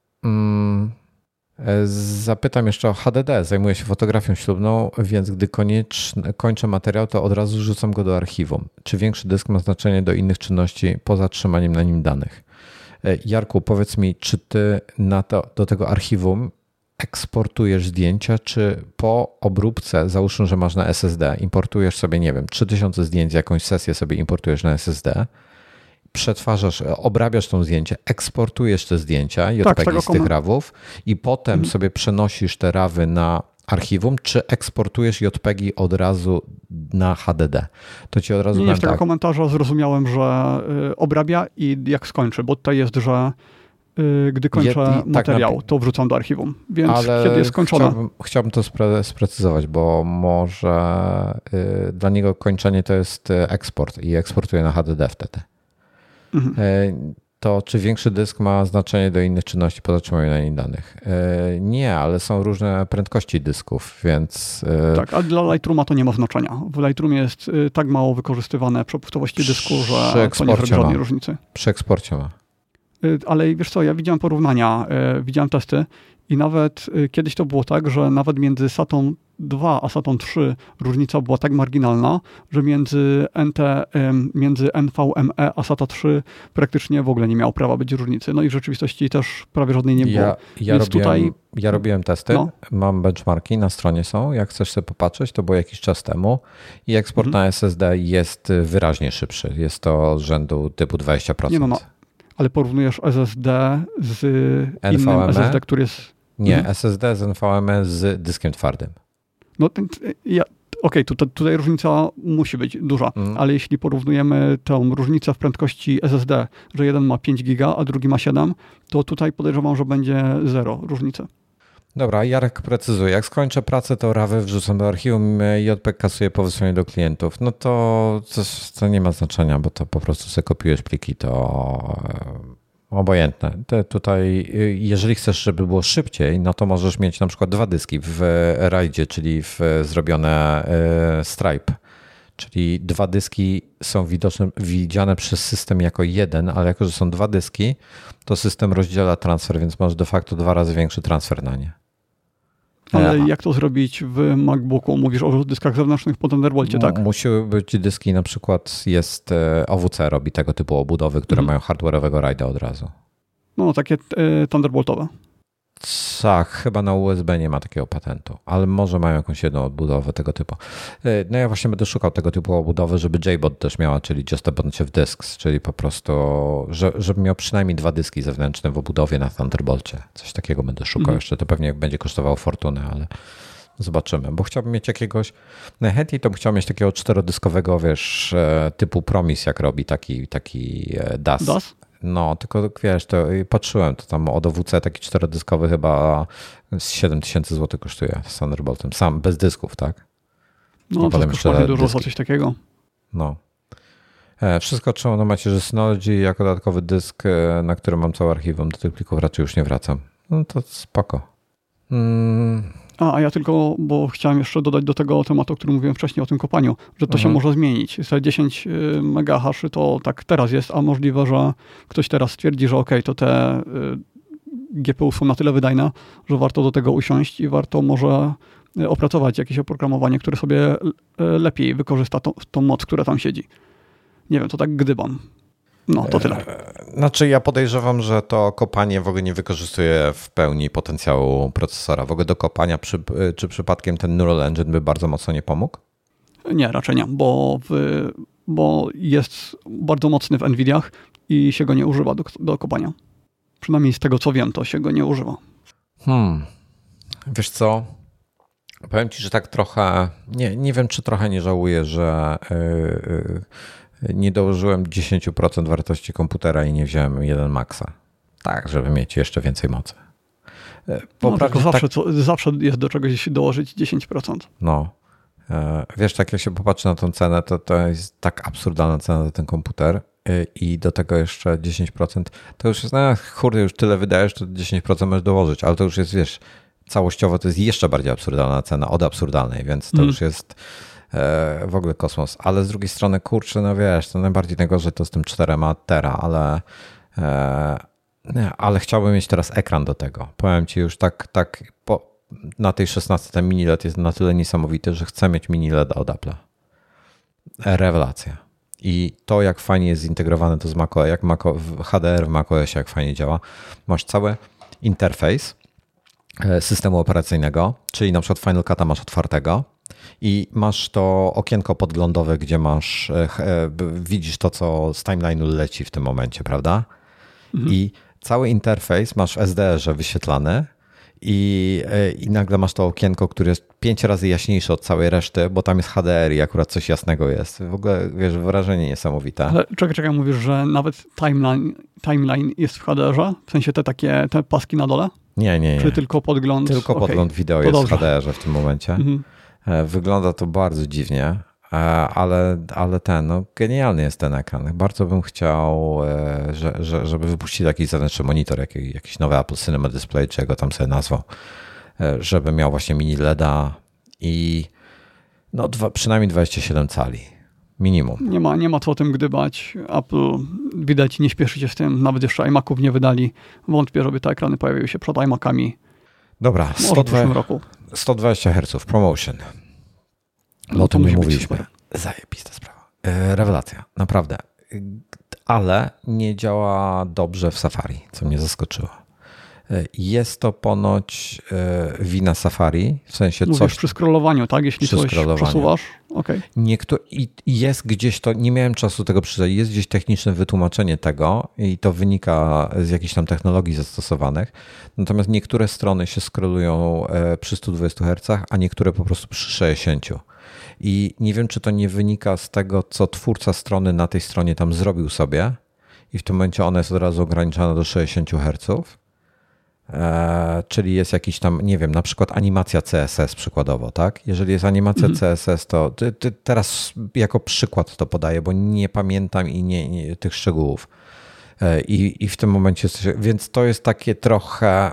[SPEAKER 1] Zapytam jeszcze o H D D. Zajmuję się fotografią ślubną, więc gdy koniecznie kończę materiał, to od razu rzucam go do archiwum. Czy większy dysk ma znaczenie do innych czynności poza trzymaniem na nim danych? Jarku, powiedz mi, czy ty na to, do tego archiwum eksportujesz zdjęcia, czy po obróbce, załóżmy, że masz na S S D, importujesz sobie, nie wiem, trzy tysiące zdjęć, jakąś sesję sobie importujesz na S S D, przetwarzasz, obrabiasz to zdjęcie, eksportujesz te zdjęcia, J P G tak, z tych rawów i potem mhm. sobie przenosisz te rawy na archiwum, czy eksportujesz J P G od razu na H D D? To ci od razu
[SPEAKER 2] Nie,
[SPEAKER 1] dam
[SPEAKER 2] z tego
[SPEAKER 1] tak.
[SPEAKER 2] komentarza zrozumiałem, że obrabia i jak skończy, bo tutaj jest, że gdy kończę Je, tak materiał, na... to wrzucam do archiwum. Więc
[SPEAKER 1] ale
[SPEAKER 2] kiedy jest skończone...
[SPEAKER 1] Chciałbym, chciałbym to spre- sprecyzować, bo może y, dla niego kończenie to jest eksport i eksportuje na H D D wtedy. Mhm. Y, to czy większy dysk ma znaczenie do innych czynności poza trzymaniem danych? Y, nie, ale są różne prędkości dysków, więc...
[SPEAKER 2] Y, tak, ale dla Lightrooma to nie ma znaczenia. W Lightroomie jest y, tak mało wykorzystywane przepustowości dysku, że to nie robi żadnej różnicy.
[SPEAKER 1] Przy eksporcie ma.
[SPEAKER 2] ale wiesz co, ja widziałem porównania, widziałem testy i nawet kiedyś to było tak, że nawet między SATA dwa a SATA trzy różnica była tak marginalna, że między, N T, między N V M E a SATA trzy praktycznie w ogóle nie miało prawa być różnicy. No i w rzeczywistości też prawie żadnej nie było.
[SPEAKER 1] Ja, ja, robiłem, tutaj... ja robiłem testy, no. Mam benchmarki, na stronie są. Jak chcesz sobie popatrzeć, to było jakiś czas temu i eksport mhm. na S S D jest wyraźnie szybszy. Jest to z rzędu typu dwadzieścia procent. Nie no, no. Ale
[SPEAKER 2] porównujesz S S D z N V M E? Innym S S D, który jest...
[SPEAKER 1] Nie, mhm. S S D z N V M E z dyskiem twardym.
[SPEAKER 2] No, ja, okej, okay, tutaj, tutaj różnica musi być duża, mm. ale jeśli porównujemy tę różnicę w prędkości S S D, że jeden ma pięć giga, a drugi ma siedem, to tutaj podejrzewam, że będzie zero różnicy.
[SPEAKER 1] Dobra, Jarek precyzuje. Jak skończę pracę, to rawy wrzucam do archiwum, J P G kasuję po wysłaniu do klientów. No to, to, to nie ma znaczenia, bo to po prostu sobie kopiujesz pliki, to obojętne. Te tutaj, jeżeli chcesz, żeby było szybciej, no to możesz mieć na przykład dwa dyski w RAIDzie, czyli w zrobione Stripe. Czyli dwa dyski są widoczne, widziane przez system jako jeden, ale jako, że są dwa dyski, to system rozdziela transfer, więc masz de facto dwa razy większy transfer na nie.
[SPEAKER 2] Ale jak to zrobić w MacBooku? Mówisz o dyskach zewnętrznych po Thunderbolcie, tak?
[SPEAKER 1] Musiły być dyski, na przykład jest O W C robi tego typu obudowy, które mhm. mają hardware'owego RAIDa od razu.
[SPEAKER 2] No, takie y, Thunderboltowe.
[SPEAKER 1] Tak, chyba na U S B nie ma takiego patentu, ale może mają jakąś jedną odbudowę tego typu. No ja właśnie będę szukał tego typu obudowy, żeby J B O T też miała, czyli Just a Bunch of Disks, czyli po prostu, że, żeby miał przynajmniej dwa dyski zewnętrzne w obudowie na Thunderbolcie. Coś takiego będę szukał mhm. jeszcze. To pewnie będzie kosztowało fortunę, ale zobaczymy, bo chciałbym mieć jakiegoś, najchętniej to bym chciał mieć takiego czterodyskowego, wiesz, typu Promise, jak robi taki, taki D A S.
[SPEAKER 2] D A S?
[SPEAKER 1] No, tylko wiesz, to patrzyłem, to tam od O W C taki czterodyskowy chyba z siedem tysięcy złotych kosztuje z Thunderboltem. Sam, bez dysków, tak?
[SPEAKER 2] No, to kosztuje dużo za coś takiego.
[SPEAKER 1] No. Wszystko trzeba na macie, że Synology jako dodatkowy dysk, na którym mam całe archiwum, do tych plików raczej już nie wracam. No to spoko. Mm.
[SPEAKER 2] A, a ja tylko, bo chciałem jeszcze dodać do tego tematu, o którym mówiłem wcześniej, o tym kopaniu, że to mhm. się może zmienić. dziesięć megahaszy to tak teraz jest, a możliwe, że ktoś teraz stwierdzi, że okej, okay, to te G P U są na tyle wydajne, że warto do tego usiąść i warto może opracować jakieś oprogramowanie, które sobie lepiej wykorzysta tą, tą moc, która tam siedzi. Nie wiem, to tak gdybam. No, to tyle.
[SPEAKER 1] Znaczy ja podejrzewam, że to kopanie w ogóle nie wykorzystuje w pełni potencjału procesora. W ogóle do kopania, przy, czy przypadkiem ten Neural Engine by bardzo mocno nie pomógł?
[SPEAKER 2] Nie, raczej nie, bo, w, bo jest bardzo mocny w NVIDIach i się go nie używa do, do kopania. Przynajmniej z tego, co wiem, to się go nie używa.
[SPEAKER 1] Hmm. Wiesz co? Powiem ci, że tak trochę, nie, nie wiem, czy trochę nie żałuję, że yy, yy, nie dołożyłem dziesięć procent wartości komputera i nie wziąłem jeden Maxa. Tak, żeby mieć jeszcze więcej mocy.
[SPEAKER 2] No, tylko zawsze, tak, co, zawsze jest do czegoś dołożyć dziesięć procent.
[SPEAKER 1] No. Wiesz, tak jak się popatrzy na tą cenę, to to jest tak absurdalna cena za ten komputer i do tego jeszcze dziesięć procent. To już jest, no kurde, już tyle wydajesz, to dziesięć procent możesz dołożyć, ale to już jest, wiesz, całościowo to jest jeszcze bardziej absurdalna cena od absurdalnej, więc to mm. już jest w ogóle kosmos, ale z drugiej strony, kurczę, no wiesz, to najbardziej najgorzej to z tym czterema tera, ale nie, ale chciałbym mieć teraz ekran do tego. Powiem ci już tak, tak po, na tej szesnastce ten mini L E D jest na tyle niesamowity, że chcę mieć mini L E D od Apple'a. Rewelacja. I to, jak fajnie jest zintegrowane to z macOS, jak Mac, H D R w macOSie, jak fajnie działa. Masz cały interfejs systemu operacyjnego, czyli na przykład Final Cut'a masz otwartego, i masz to okienko podglądowe, gdzie masz, widzisz to, co z timeline'u leci w tym momencie, prawda? Mhm. I cały interfejs masz w S D R-ze wyświetlany i, i nagle masz to okienko, które jest pięć razy jaśniejsze od całej reszty, bo tam jest H D R i akurat coś jasnego jest. W ogóle, wiesz, wrażenie niesamowite.
[SPEAKER 2] Ale czekaj, czekaj, mówisz, że nawet timeline, timeline jest w H D R-ze? W sensie te takie te paski na dole?
[SPEAKER 1] Nie, nie, nie.
[SPEAKER 2] Czy tylko podgląd?
[SPEAKER 1] Tylko okay. Podgląd wideo to jest dobrze. W H D R-ze w tym momencie. Mhm. Wygląda to bardzo dziwnie, ale, ale ten, no genialny jest ten ekran. Bardzo bym chciał, że, że, żeby wypuścili jakiś zewnętrzny monitor, jakiś, jakiś nowy Apple Cinema Display, czy jak go tam sobie nazwał, żeby miał właśnie mini L E D a i no dwa, przynajmniej dwadzieścia siedem cali. Minimum.
[SPEAKER 2] Nie ma, nie ma co o tym gdybać. Apple widać nie śpieszy się z tym. Nawet jeszcze iMaców nie wydali. Wątpię, żeby te ekrany pojawiły się przed iMacami.
[SPEAKER 1] Dobra,
[SPEAKER 2] sto dwadzieścia roku.
[SPEAKER 1] sto dwadzieścia herców, promotion. No, o tym nie mówiliśmy. Zajebista sprawa. E, rewelacja, naprawdę. Ale nie działa dobrze w Safari, co mnie zaskoczyło. Jest to ponoć wina Safari, w sensie
[SPEAKER 2] Mówisz
[SPEAKER 1] coś...
[SPEAKER 2] przy scrollowaniu, tak? Jeśli coś przesuwasz? Okay.
[SPEAKER 1] Niektóry, i jest gdzieś to, nie miałem czasu tego przeczytać, jest gdzieś techniczne wytłumaczenie tego i to wynika z jakichś tam technologii zastosowanych. Natomiast niektóre strony się scrollują przy stu dwudziestu hercach, a niektóre po prostu przy sześćdziesięciu. I nie wiem, czy to nie wynika z tego, co twórca strony na tej stronie tam zrobił sobie i w tym momencie ona jest od razu ograniczona do sześćdziesięciu herców. Eee, czyli jest jakiś tam, nie wiem, na przykład animacja C S S przykładowo, tak? Jeżeli jest animacja mhm. C S S, to ty, ty teraz jako przykład to podaję, bo nie pamiętam i nie, nie tych szczegółów. Eee, i, I w tym momencie, więc to jest takie trochę,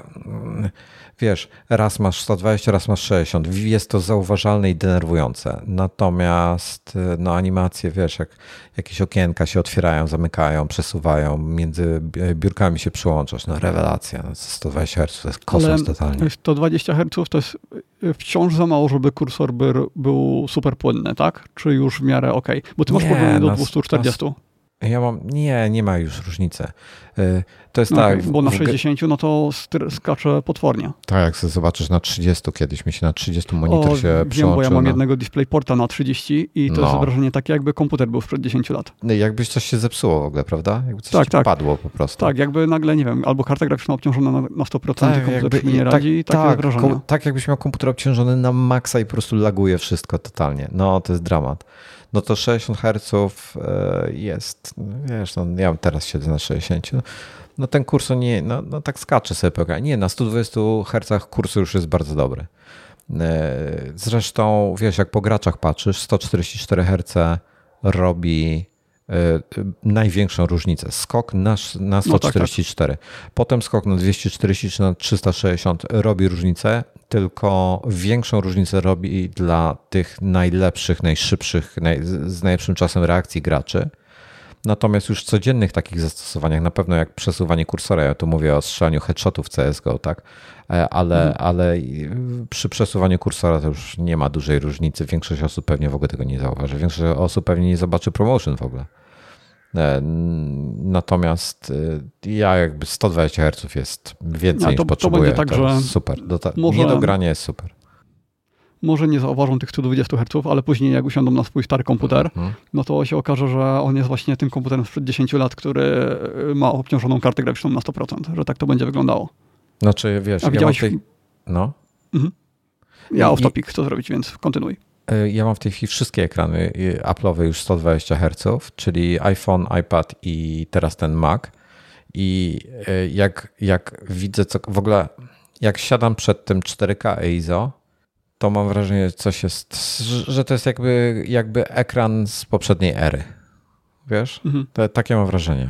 [SPEAKER 1] wiesz, raz masz sto dwadzieścia, raz masz sześćdziesiąt. Jest to zauważalne i denerwujące. Natomiast no animacje, wiesz, jak jakieś okienka się otwierają, zamykają, przesuwają, między biurkami się przyłączasz. No rewelacja. sto dwadzieścia herców to jest kosmos
[SPEAKER 2] ale
[SPEAKER 1] totalnie.
[SPEAKER 2] sto dwadzieścia herców to jest wciąż za mało, żeby kursor by, był super płynny, tak? Czy już w miarę okej? Okay? Bo ty masz podwójny do dwieście czterdzieści.
[SPEAKER 1] Ja mam, nie, nie ma już różnicy. To jest
[SPEAKER 2] okay,
[SPEAKER 1] tak.
[SPEAKER 2] Bo na sześćdziesięciu no to skacze potwornie.
[SPEAKER 1] Tak, jak sobie zobaczysz na trzydziestu, kiedyś mi się na trzydziestu monitor o, się przyłączył.
[SPEAKER 2] Wiem, bo ja mam
[SPEAKER 1] na...
[SPEAKER 2] jednego DisplayPorta na trzydzieści i to no. jest wrażenie takie, jakby komputer był sprzed dziesięciu lat.
[SPEAKER 1] Jakbyś coś się zepsuło w ogóle, prawda? Jakby coś
[SPEAKER 2] tak,
[SPEAKER 1] ci
[SPEAKER 2] tak.
[SPEAKER 1] padło po prostu.
[SPEAKER 2] Tak, jakby nagle, nie wiem, albo karta graficzna obciążona na, na sto procent
[SPEAKER 1] tak,
[SPEAKER 2] i komputer
[SPEAKER 1] jakby,
[SPEAKER 2] nie
[SPEAKER 1] tak,
[SPEAKER 2] radzi. Takie
[SPEAKER 1] tak,
[SPEAKER 2] wrażenie.
[SPEAKER 1] Ko- tak jakbyś miał komputer obciążony na maksa i po prostu laguje wszystko totalnie. No to jest dramat. No to sześćdziesiąt herców jest, wiesz, no ja teraz siedzę na sześćdziesięciu, no ten kursor nie, no, no tak skacze sobie pewnie. Nie, na stu dwudziestu hercach kursor już jest bardzo dobry. Zresztą, wiesz, jak po graczach patrzysz, sto czterdzieści cztery herce robi największą różnicę. Skok na, na sto czterdzieści cztery. No tak, tak. Potem skok na dwieście czterdzieści czy na trzysta sześćdziesiąt robi różnicę, tylko większą różnicę robi dla tych najlepszych, najszybszych, naj, z najlepszym czasem reakcji graczy. Natomiast już w codziennych takich zastosowaniach, na pewno jak przesuwanie kursora, ja tu mówię o strzelaniu headshotów w C S G O, tak? Ale, hmm. ale przy przesuwaniu kursora to już nie ma dużej różnicy. Większość osób pewnie w ogóle tego nie zauważy. Większość osób pewnie nie zobaczy promotion w ogóle. Natomiast ja jakby sto dwadzieścia herców jest więcej ja, to, niż potrzebuję. To, tak, to jest super. Do ta, może... Nie do grania jest super.
[SPEAKER 2] Może nie zauważą tych stu dwudziestu herców, ale później jak usiądą na swój stary komputer, mm-hmm. no to się okaże, że on jest właśnie tym komputerem sprzed dziesięciu lat, który ma obciążoną kartę graficzną na sto procent, że tak to będzie wyglądało.
[SPEAKER 1] Znaczy, wiesz,
[SPEAKER 2] A ja mam w tej...
[SPEAKER 1] No.
[SPEAKER 2] Mhm. Ja off topic chcę zrobić, więc kontynuuj.
[SPEAKER 1] Ja mam w tej chwili wszystkie ekrany Apple'owe już sto dwadzieścia herców, czyli iPhone, iPad i teraz ten Mac. I jak, jak widzę, co w ogóle, jak siadam przed tym cztery K I S O, to mam wrażenie, że coś jest, że to jest jakby, jakby ekran z poprzedniej ery. Wiesz? Mhm. To, takie mam wrażenie.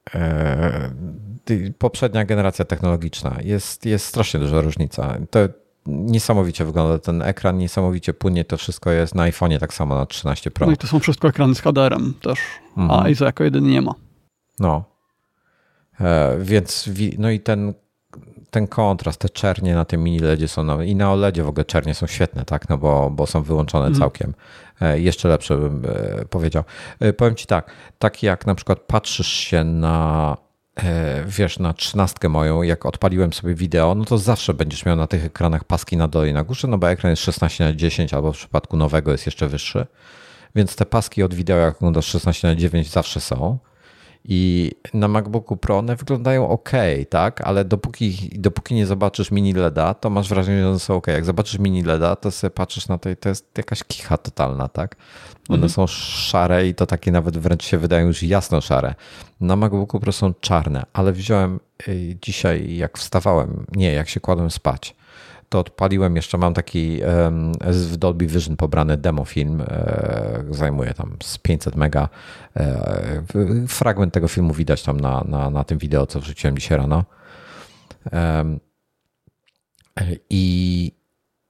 [SPEAKER 1] Poprzednia generacja technologiczna. Jest, jest strasznie duża różnica. To niesamowicie wygląda ten ekran, niesamowicie płynnie to wszystko jest. Na iPhone'ie tak samo na trzynaście Pro.
[SPEAKER 2] No i to są wszystko ekrany z H D R-em też, mhm. a I S O jako jedyny nie ma.
[SPEAKER 1] No. E, więc no i ten ten kontrast, te czernie na tym mini ledzie są, no, i na OLEDzie w ogóle czernie są świetne, tak, no bo, bo są wyłączone mm. całkiem. E, jeszcze lepsze bym e, powiedział. E, powiem ci tak, tak jak na przykład patrzysz się na, e, wiesz, na trzynastkę moją, jak odpaliłem sobie wideo, no to zawsze będziesz miał na tych ekranach paski na dole i na górze, no bo ekran jest szesnaście na dziesięć albo w przypadku nowego jest jeszcze wyższy, więc te paski od wideo, jak oglądasz szesnaście na dziewięć zawsze są. I na MacBooku Pro one wyglądają ok, tak? Ale dopóki, dopóki nie zobaczysz mini LEDa, to masz wrażenie, że one są ok. Jak zobaczysz mini LEDa, to sobie patrzysz na to i to jest jakaś kicha totalna, tak? One mhm. są szare i to takie nawet wręcz się wydają już jasno szare. Na MacBooku Pro są czarne, ale wziąłem dzisiaj, jak wstawałem, nie, jak się kładłem spać, to odpaliłem, jeszcze mam taki um, w Dolby Vision pobrany demo film, e, zajmuje tam z pięćset mega. E, fragment tego filmu widać tam na, na, na tym wideo, co wrzuciłem dzisiaj rano. E, I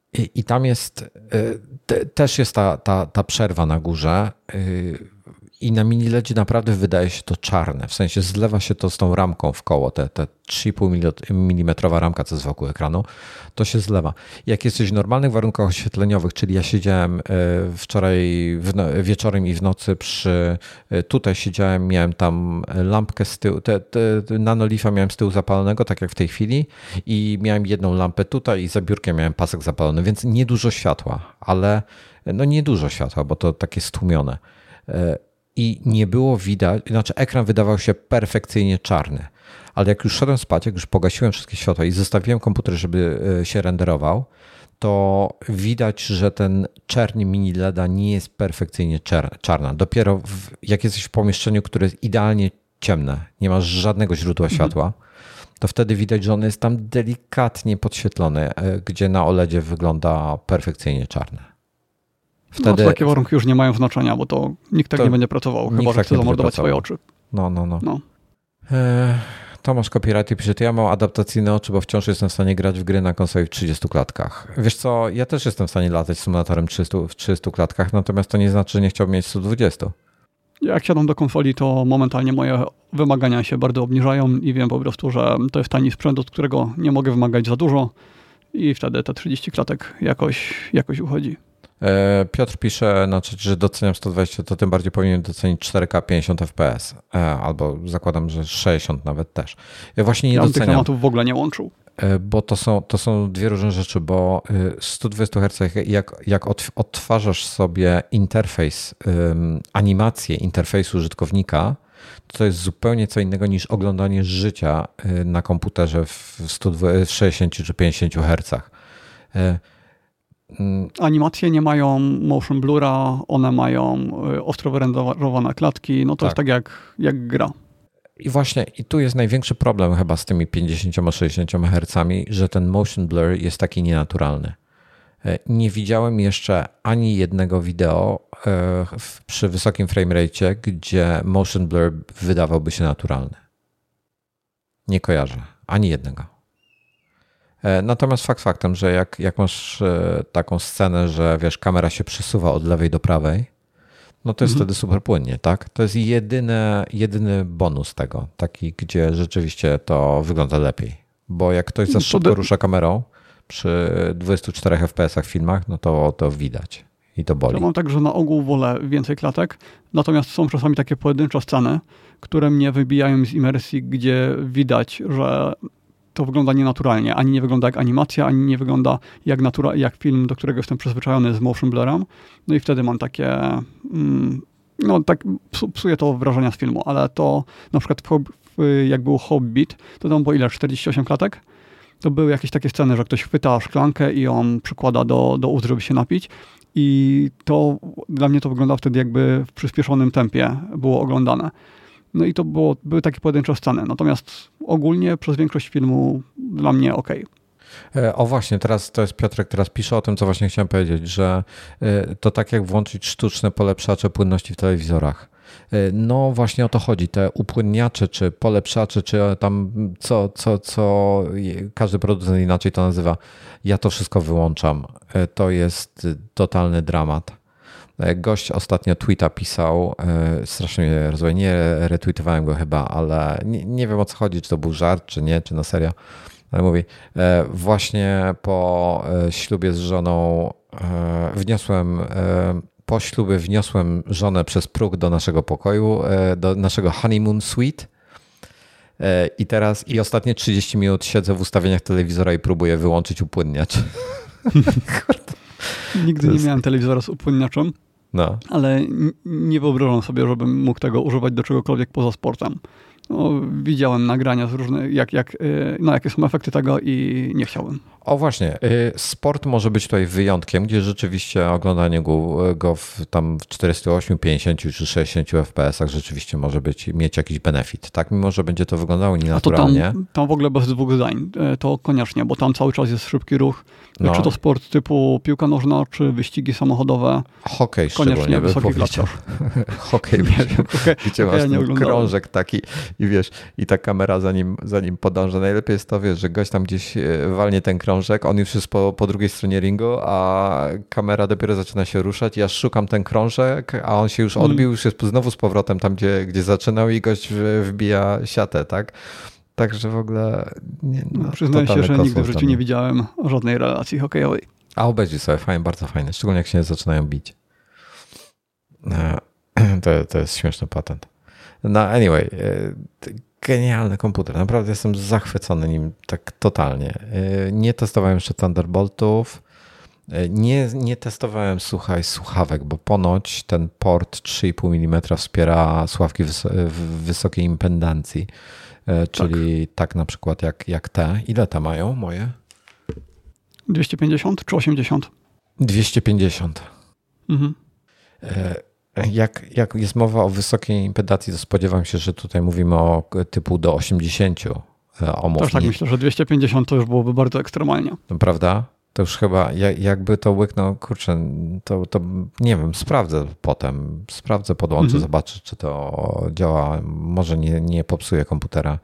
[SPEAKER 1] I, i tam jest, te, też jest ta, ta, ta przerwa na górze i na mini ledzie naprawdę wydaje się to czarne. W sensie zlewa się to z tą ramką w koło, te, te trzy i pół milimetrowa ramka, co jest wokół ekranu, to się zlewa. Jak jesteś w normalnych warunkach oświetleniowych, czyli ja siedziałem wczoraj w no, wieczorem i w nocy przy, tutaj siedziałem, miałem tam lampkę z tyłu, te, te, nanolifa miałem z tyłu zapalonego, tak jak w tej chwili i miałem jedną lampę tutaj i za biurkiem miałem pasek zapalony, więc niedużo światła, ale no niedużo światła, bo to takie stłumione. I nie było widać, znaczy ekran wydawał się perfekcyjnie czarny, ale jak już szedłem spać, jak już pogasiłem wszystkie światła i zostawiłem komputer, żeby się renderował, to widać, że ten czerń mini leda nie jest perfekcyjnie czarna. Dopiero w, jak jesteś w pomieszczeniu, które jest idealnie ciemne, nie masz żadnego źródła światła, to wtedy widać, że on jest tam delikatnie podświetlony, gdzie na OLEDzie wygląda perfekcyjnie czarne.
[SPEAKER 2] Wtedy... No, takie warunki już nie mają znaczenia, bo to nikt tak to nie będzie pracował, chyba że
[SPEAKER 1] tak
[SPEAKER 2] chce zamordować swoje oczy.
[SPEAKER 1] No, no, no. no. E, Tomasz Copyright pisze, to ja mam adaptacyjne oczy, bo wciąż jestem w stanie grać w gry na konsoli w trzydziestu klatkach. Wiesz co, ja też jestem w stanie latać symulatorem trzystu, w trzydziestu klatkach, natomiast to nie znaczy, że nie chciałbym mieć sto dwadzieścia.
[SPEAKER 2] Jak siadam do konsoli, to momentalnie moje wymagania się bardzo obniżają i wiem po prostu, że to jest tani sprzęt, od którego nie mogę wymagać za dużo i wtedy te trzydzieści klatek jakoś, jakoś uchodzi.
[SPEAKER 1] Piotr pisze na czacie, że doceniam sto dwadzieścia, to tym bardziej powinien docenić cztery K pięćdziesiąt F P S. Albo zakładam, że sześćdziesiąt nawet też. Ja właśnie nie
[SPEAKER 2] ja
[SPEAKER 1] doceniam.
[SPEAKER 2] Ja tych tematów w ogóle nie łączył.
[SPEAKER 1] Bo to są, to są dwie różne rzeczy, bo sto dwadzieścia herców, jak, jak odtwarzasz sobie interfejs, um, animację interfejsu użytkownika, to, to jest zupełnie co innego niż oglądanie życia na komputerze w, sto dwadzieścia, w sześćdziesięciu czy pięćdziesięciu hercach.
[SPEAKER 2] Animacje nie mają motion blura, one mają ostro wyrenderowane klatki, no to tak. Jest tak jak, jak gra.
[SPEAKER 1] I właśnie i tu jest największy problem chyba z tymi pięćdziesięcioma sześćdziesięcioma hercami, że ten motion blur jest taki nienaturalny. Nie widziałem jeszcze ani jednego wideo przy wysokim framerate, gdzie motion blur wydawałby się naturalny. Nie kojarzę. Ani jednego. Natomiast fakt faktem, że jak, jak masz taką scenę, że wiesz, kamera się przesuwa od lewej do prawej, no to jest mhm. wtedy super płynnie, tak? To jest jedyny, jedyny bonus tego, taki, gdzie rzeczywiście to wygląda lepiej. Bo jak ktoś za szybko rusza kamerą przy dwudziestu czterech F P S-ach w filmach, no to, to widać i to boli.
[SPEAKER 2] Ja mam tak, że na ogół wolę więcej klatek, natomiast są czasami takie pojedyncze sceny, które mnie wybijają z imersji, gdzie widać, że to wygląda nienaturalnie. Ani nie wygląda jak animacja, ani nie wygląda jak, natura, jak film, do którego jestem przyzwyczajony z motion blurem. No i wtedy mam takie... Mm, no tak psuje to wrażenia z filmu, ale to na przykład w, jak był Hobbit, to tam było ile? czterdzieści osiem klatek? To były jakieś takie sceny, że ktoś chwyta szklankę i ją przykłada do, do ust, żeby się napić. I to dla mnie to wygląda wtedy jakby w przyspieszonym tempie było oglądane. No i to było, były takie pojedyncze sceny. Natomiast ogólnie przez większość filmu dla mnie okej.
[SPEAKER 1] Okay. O właśnie, teraz to jest Piotrek, teraz pisze o tym, co właśnie chciałem powiedzieć, że to tak jak włączyć sztuczne polepszacze płynności w telewizorach. No właśnie o to chodzi. Te upłynniacze, czy polepszacze, czy tam co, co, co każdy producent inaczej to nazywa. Ja to wszystko wyłączam. To jest totalny dramat. Gość ostatnio tweeta pisał, strasznie mnie rozumie, nie retweetowałem go chyba, ale nie, nie wiem o co chodzi, czy to był żart, czy nie, czy na serio, ale mówi, właśnie po ślubie z żoną wniosłem, po ślubie wniosłem żonę przez próg do naszego pokoju, do naszego honeymoon suite i teraz i ostatnie trzydzieści minut siedzę w ustawieniach telewizora i próbuję wyłączyć upłynniacz.
[SPEAKER 2] Nigdy jest... nie miałem telewizora z upłynniaczem.
[SPEAKER 1] No.
[SPEAKER 2] Ale nie wyobrażam sobie, żebym mógł tego używać do czegokolwiek poza sportem. No, widziałem nagrania z różnych, jak, jak, no, jakie są efekty tego i nie chciałbym.
[SPEAKER 1] O właśnie, sport może być tutaj wyjątkiem, gdzie rzeczywiście oglądanie go, go w, tam w czterdziestu ośmiu, pięćdziesięciu czy sześćdziesięciu F P S-ach rzeczywiście może być, mieć jakiś benefit. Tak, mimo że będzie to wyglądało nienaturalnie.
[SPEAKER 2] A to tam, tam w ogóle bez dwóch zdań, to koniecznie, bo tam cały czas jest szybki ruch. No. Czy to sport typu piłka nożna, czy wyścigi samochodowe.
[SPEAKER 1] Hokej koniecznie wysoki
[SPEAKER 2] powiedział.
[SPEAKER 1] Hokej, gdzie masz ten krążek taki i wiesz, i ta kamera za nim, za nim podąża. Najlepiej jest to, wiesz, że gość tam gdzieś walnie ten krążek, on już jest po, po drugiej stronie ringu, a kamera dopiero zaczyna się ruszać. Ja szukam ten krążek, a on się już odbił, już jest znowu z powrotem tam, gdzie, gdzie zaczynał i gość wbija siatę, tak? Także w ogóle... Nie, no,
[SPEAKER 2] przyznaję się, że nigdy w życiu nie widziałem żadnej relacji hokejowej.
[SPEAKER 1] A obejrzyj sobie, fajnie, bardzo fajne, szczególnie jak się zaczynają bić. To, to jest śmieszny patent. No anyway, genialny komputer. Naprawdę jestem zachwycony nim tak totalnie. Nie testowałem jeszcze Thunderboltów. Nie, nie testowałem, słuchaj, słuchawek, bo ponoć ten port trzy i pół milimetra wspiera słuchawki wys- wysokiej impedancji. Czyli tak, tak na przykład jak, jak te. Ile te mają moje?
[SPEAKER 2] dwieście pięćdziesiąt czy osiemdziesiąt?
[SPEAKER 1] dwieście pięćdziesiąt. Mhm. Jak, jak jest mowa o wysokiej impedacji, to spodziewam się, że tutaj mówimy o typu do osiemdziesięciu ohmów.
[SPEAKER 2] Też tak myślę, że dwieście pięćdziesiąt to już byłoby bardzo ekstremalnie.
[SPEAKER 1] Prawda? To już chyba, jakby to łyknął, kurczę, to, to nie wiem, sprawdzę potem. Sprawdzę, podłączę, mhm. zobaczę, czy to działa. Może nie, nie popsuje komputera.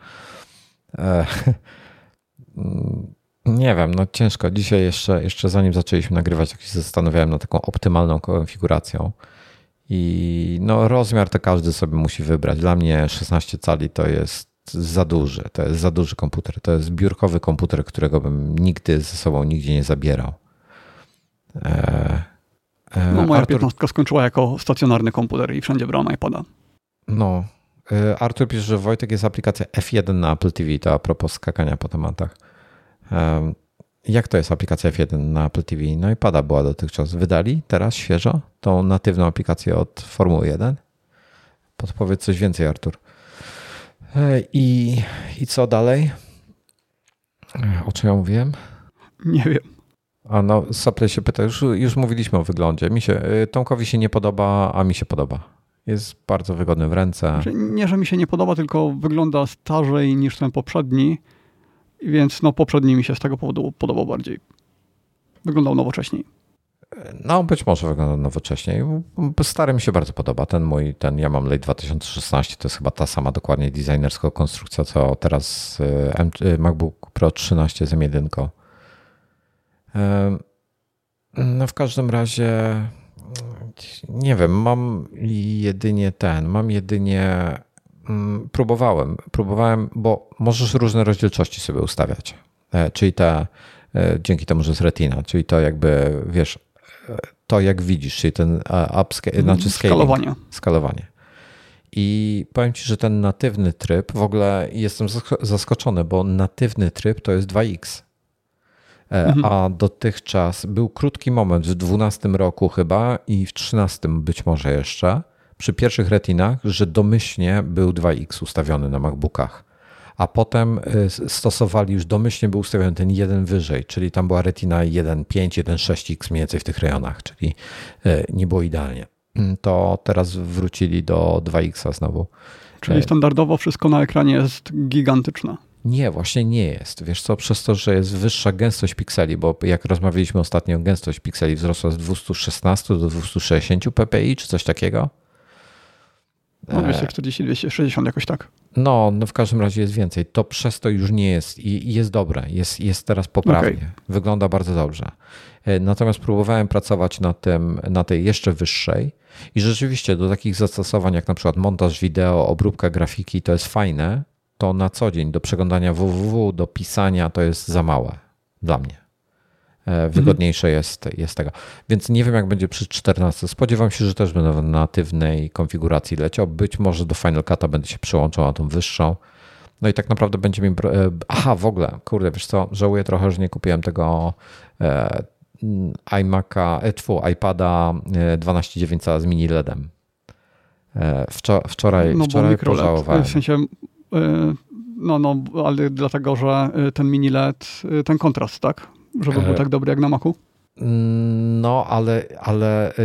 [SPEAKER 1] Nie wiem, no ciężko. Dzisiaj jeszcze, jeszcze zanim zaczęliśmy nagrywać, jak się zastanawiałem nad taką optymalną konfiguracją. I no rozmiar to każdy sobie musi wybrać. Dla mnie szesnaście cali to jest za duży. To jest za duży komputer. To jest biurkowy komputer, którego bym nigdy ze sobą nigdzie nie zabierał. E,
[SPEAKER 2] e, no moja Artur... piętnastka skończyła jako stacjonarny komputer i wszędzie brałem iPada.
[SPEAKER 1] No. E, Artur pisze, że Wojtek jest aplikacja F jeden na Apple T V. To a propos skakania po tematach. E, Jak to jest aplikacja F jeden na Apple T V? No i pada była dotychczas. Wydali teraz świeżo tą natywną aplikację od Formuły jeden? Podpowiedz coś więcej, Artur. I, i co dalej? O czym ja mówiłem?
[SPEAKER 2] Nie wiem.
[SPEAKER 1] A no, Sapley się pyta, już, już mówiliśmy o wyglądzie. Mi się, Tomkowi się nie podoba, a mi się podoba. Jest bardzo wygodny w ręce.
[SPEAKER 2] Znaczy, nie, że mi się nie podoba, tylko wygląda starzej niż ten poprzedni. Więc no poprzedni mi się z tego powodu podobał bardziej. Wyglądał nowocześniej.
[SPEAKER 1] No być może wyglądał nowocześniej. Stary mi się bardzo podoba. Ten mój, ten ja mam late dwa tysiące szesnaście, to jest chyba ta sama dokładnie designerska konstrukcja, co teraz MacBook Pro trzynaście z M jeden. No w każdym razie nie wiem, mam jedynie ten, mam jedynie Próbowałem, próbowałem, bo możesz różne rozdzielczości sobie ustawiać. Czyli te, dzięki temu, że jest Retina, czyli to jakby, wiesz, to jak widzisz, czyli ten upscale, znaczy scaling,
[SPEAKER 2] skalowanie.
[SPEAKER 1] skalowanie. I powiem ci, że ten natywny tryb, w ogóle jestem zaskoczony, bo natywny tryb to jest dwa iks. Mhm. A dotychczas był krótki moment w dwunastym roku chyba i w trzynastym być może jeszcze, przy pierwszych retinach, że domyślnie był dwa iks ustawiony na MacBookach, a potem stosowali już domyślnie był ustawiony ten jeden wyżej, czyli tam była retina jeden pięć, jeden sześć iks mniej więcej w tych rejonach, czyli nie było idealnie. To teraz wrócili do dwa iksa znowu.
[SPEAKER 2] Czyli standardowo wszystko na ekranie jest gigantyczne.
[SPEAKER 1] Nie, właśnie nie jest. Wiesz co, przez to, że jest wyższa gęstość pikseli, bo jak rozmawialiśmy ostatnio, gęstość pikseli wzrosła z dwieście szesnaście do dwieście sześćdziesiąt ppi, czy coś takiego.
[SPEAKER 2] No dwieście czterdzieści, dwieście sześćdziesiąt jakoś tak.
[SPEAKER 1] No, no w każdym razie jest więcej. To przez to już nie jest i, i jest dobre. Jest, jest teraz poprawnie. Okay. Wygląda bardzo dobrze. Natomiast próbowałem pracować na tym, na tej jeszcze wyższej i rzeczywiście do takich zastosowań jak na przykład montaż wideo, obróbka grafiki to jest fajne, to na co dzień do przeglądania www, do pisania to jest za małe dla mnie. Wygodniejsze mhm. jest, jest tego. Więc nie wiem, jak będzie przy czternastce. Spodziewam się, że też będę w natywnej konfiguracji leciał. Być może do Final Cut'a będę się przyłączał na tą wyższą. No i tak naprawdę będzie mi... Aha, w ogóle, kurde, wiesz co, żałuję trochę, że nie kupiłem tego e, iMac'a, e, tfu, iPada dwanaście dziewięć cala z mini LEDem. E, wczor- wczoraj
[SPEAKER 2] no
[SPEAKER 1] wczoraj pożałowałem.
[SPEAKER 2] W sensie... Y- No, no, ale dlatego, że ten mini L E D, ten kontrast, tak? Żeby był tak dobry jak na Macu?
[SPEAKER 1] No, ale, ale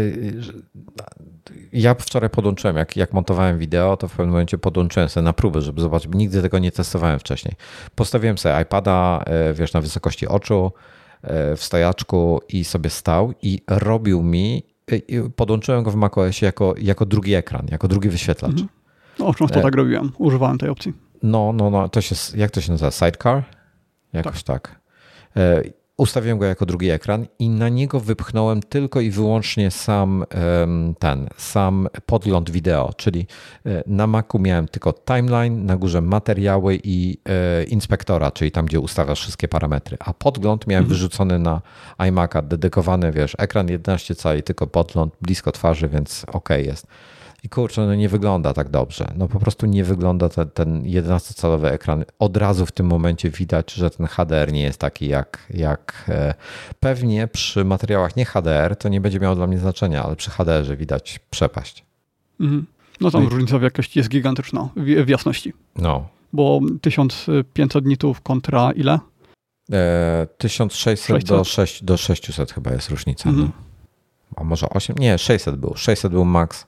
[SPEAKER 1] ja wczoraj podłączyłem, jak, jak montowałem wideo, to w pewnym momencie podłączyłem sobie na próbę, żeby zobaczyć, nigdy tego nie testowałem wcześniej. Postawiłem sobie iPada, wiesz, na wysokości oczu, w stojaczku i sobie stał i robił mi, podłączyłem go w macOSie jako, jako drugi ekran, jako drugi wyświetlacz. Mhm.
[SPEAKER 2] No, często e... tak robiłem. Używałem tej opcji.
[SPEAKER 1] No, no, no. To się, jak to się nazywa? Sidecar? Jakoś tak. tak. E... Ustawiłem go jako drugi ekran i na niego wypchnąłem tylko i wyłącznie sam ten, sam podgląd wideo, czyli na Macu miałem tylko timeline, na górze materiały i inspektora, czyli tam, gdzie ustawiasz wszystkie parametry, a podgląd miałem mhm. wyrzucony na iMac'a, dedykowany, wiesz, ekran jedenaście cali, tylko podgląd blisko twarzy, więc okej jest. I kurczę, no nie wygląda tak dobrze. No po prostu nie wygląda ten, ten jedenastocalowy ekran. Od razu w tym momencie widać, że ten H D R nie jest taki jak, jak e, pewnie przy materiałach nie H D R to nie będzie miało dla mnie znaczenia, ale przy H D R-ze widać przepaść.
[SPEAKER 2] Mhm. No tam no różnica i... w jakości jest gigantyczna, w, w jasności.
[SPEAKER 1] No.
[SPEAKER 2] Bo tysiąc pięćset nitów kontra ile?
[SPEAKER 1] E, tysiąc sześćset do, sześć, do sześćset chyba jest różnica. Mhm. No. A może osiem? Nie, sześćset był. sześćset był max.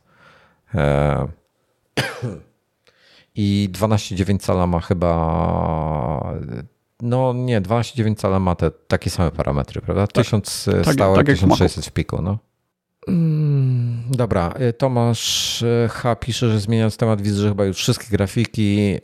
[SPEAKER 1] I dwanaście przecinek dziewięć cala ma chyba, no nie, dwanaście przecinek dziewięć cala ma te takie same parametry, prawda? Tak, tysiąc
[SPEAKER 2] tak,
[SPEAKER 1] stałe,
[SPEAKER 2] tak
[SPEAKER 1] tysiąc sześćset w piku, no. Mm, dobra, Tomasz H. pisze, że zmieniając temat widzę, że chyba już wszystkie grafiki yy,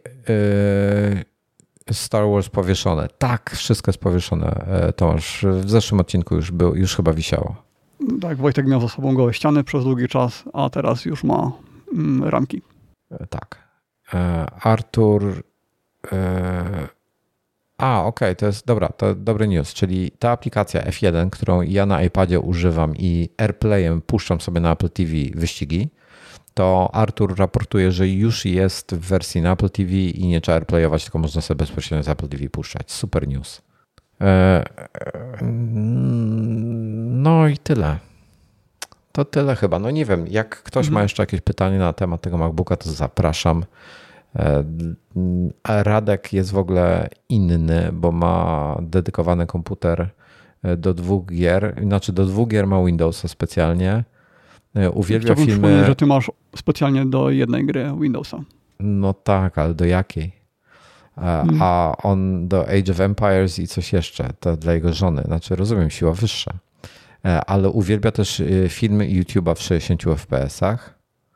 [SPEAKER 1] Star Wars powieszone. Tak, wszystko jest powieszone, Tomasz. W zeszłym odcinku już był, już chyba wisiało.
[SPEAKER 2] Tak, Wojtek miał za sobą gołe ściany przez długi czas, a teraz już ma mm, ramki.
[SPEAKER 1] Tak. E, Artur... E, a, okej, okay, to jest dobra, to dobry news, czyli ta aplikacja F jeden, którą ja na iPadzie używam i AirPlayem puszczam sobie na Apple T V wyścigi, to Artur raportuje, że już jest w wersji na Apple T V i nie trzeba AirPlayować, tylko można sobie bezpośrednio z Apple T V puszczać. Super news. No i tyle. To tyle chyba. No nie wiem, jak ktoś mhm. ma jeszcze jakieś pytanie na temat tego MacBooka, to zapraszam. Radek jest w ogóle inny, bo ma dedykowany komputer do dwóch gier. Znaczy do dwóch gier ma Windowsa specjalnie. Uwielbia
[SPEAKER 2] Chciałbym
[SPEAKER 1] filmy...
[SPEAKER 2] że ty masz specjalnie do jednej gry Windowsa.
[SPEAKER 1] No tak, ale do jakiej? A, hmm. a on do Age of Empires i coś jeszcze, to dla jego żony. Znaczy rozumiem, siła wyższa. Ale uwielbia też filmy i YouTube'a w sześćdziesięciu F P S-ach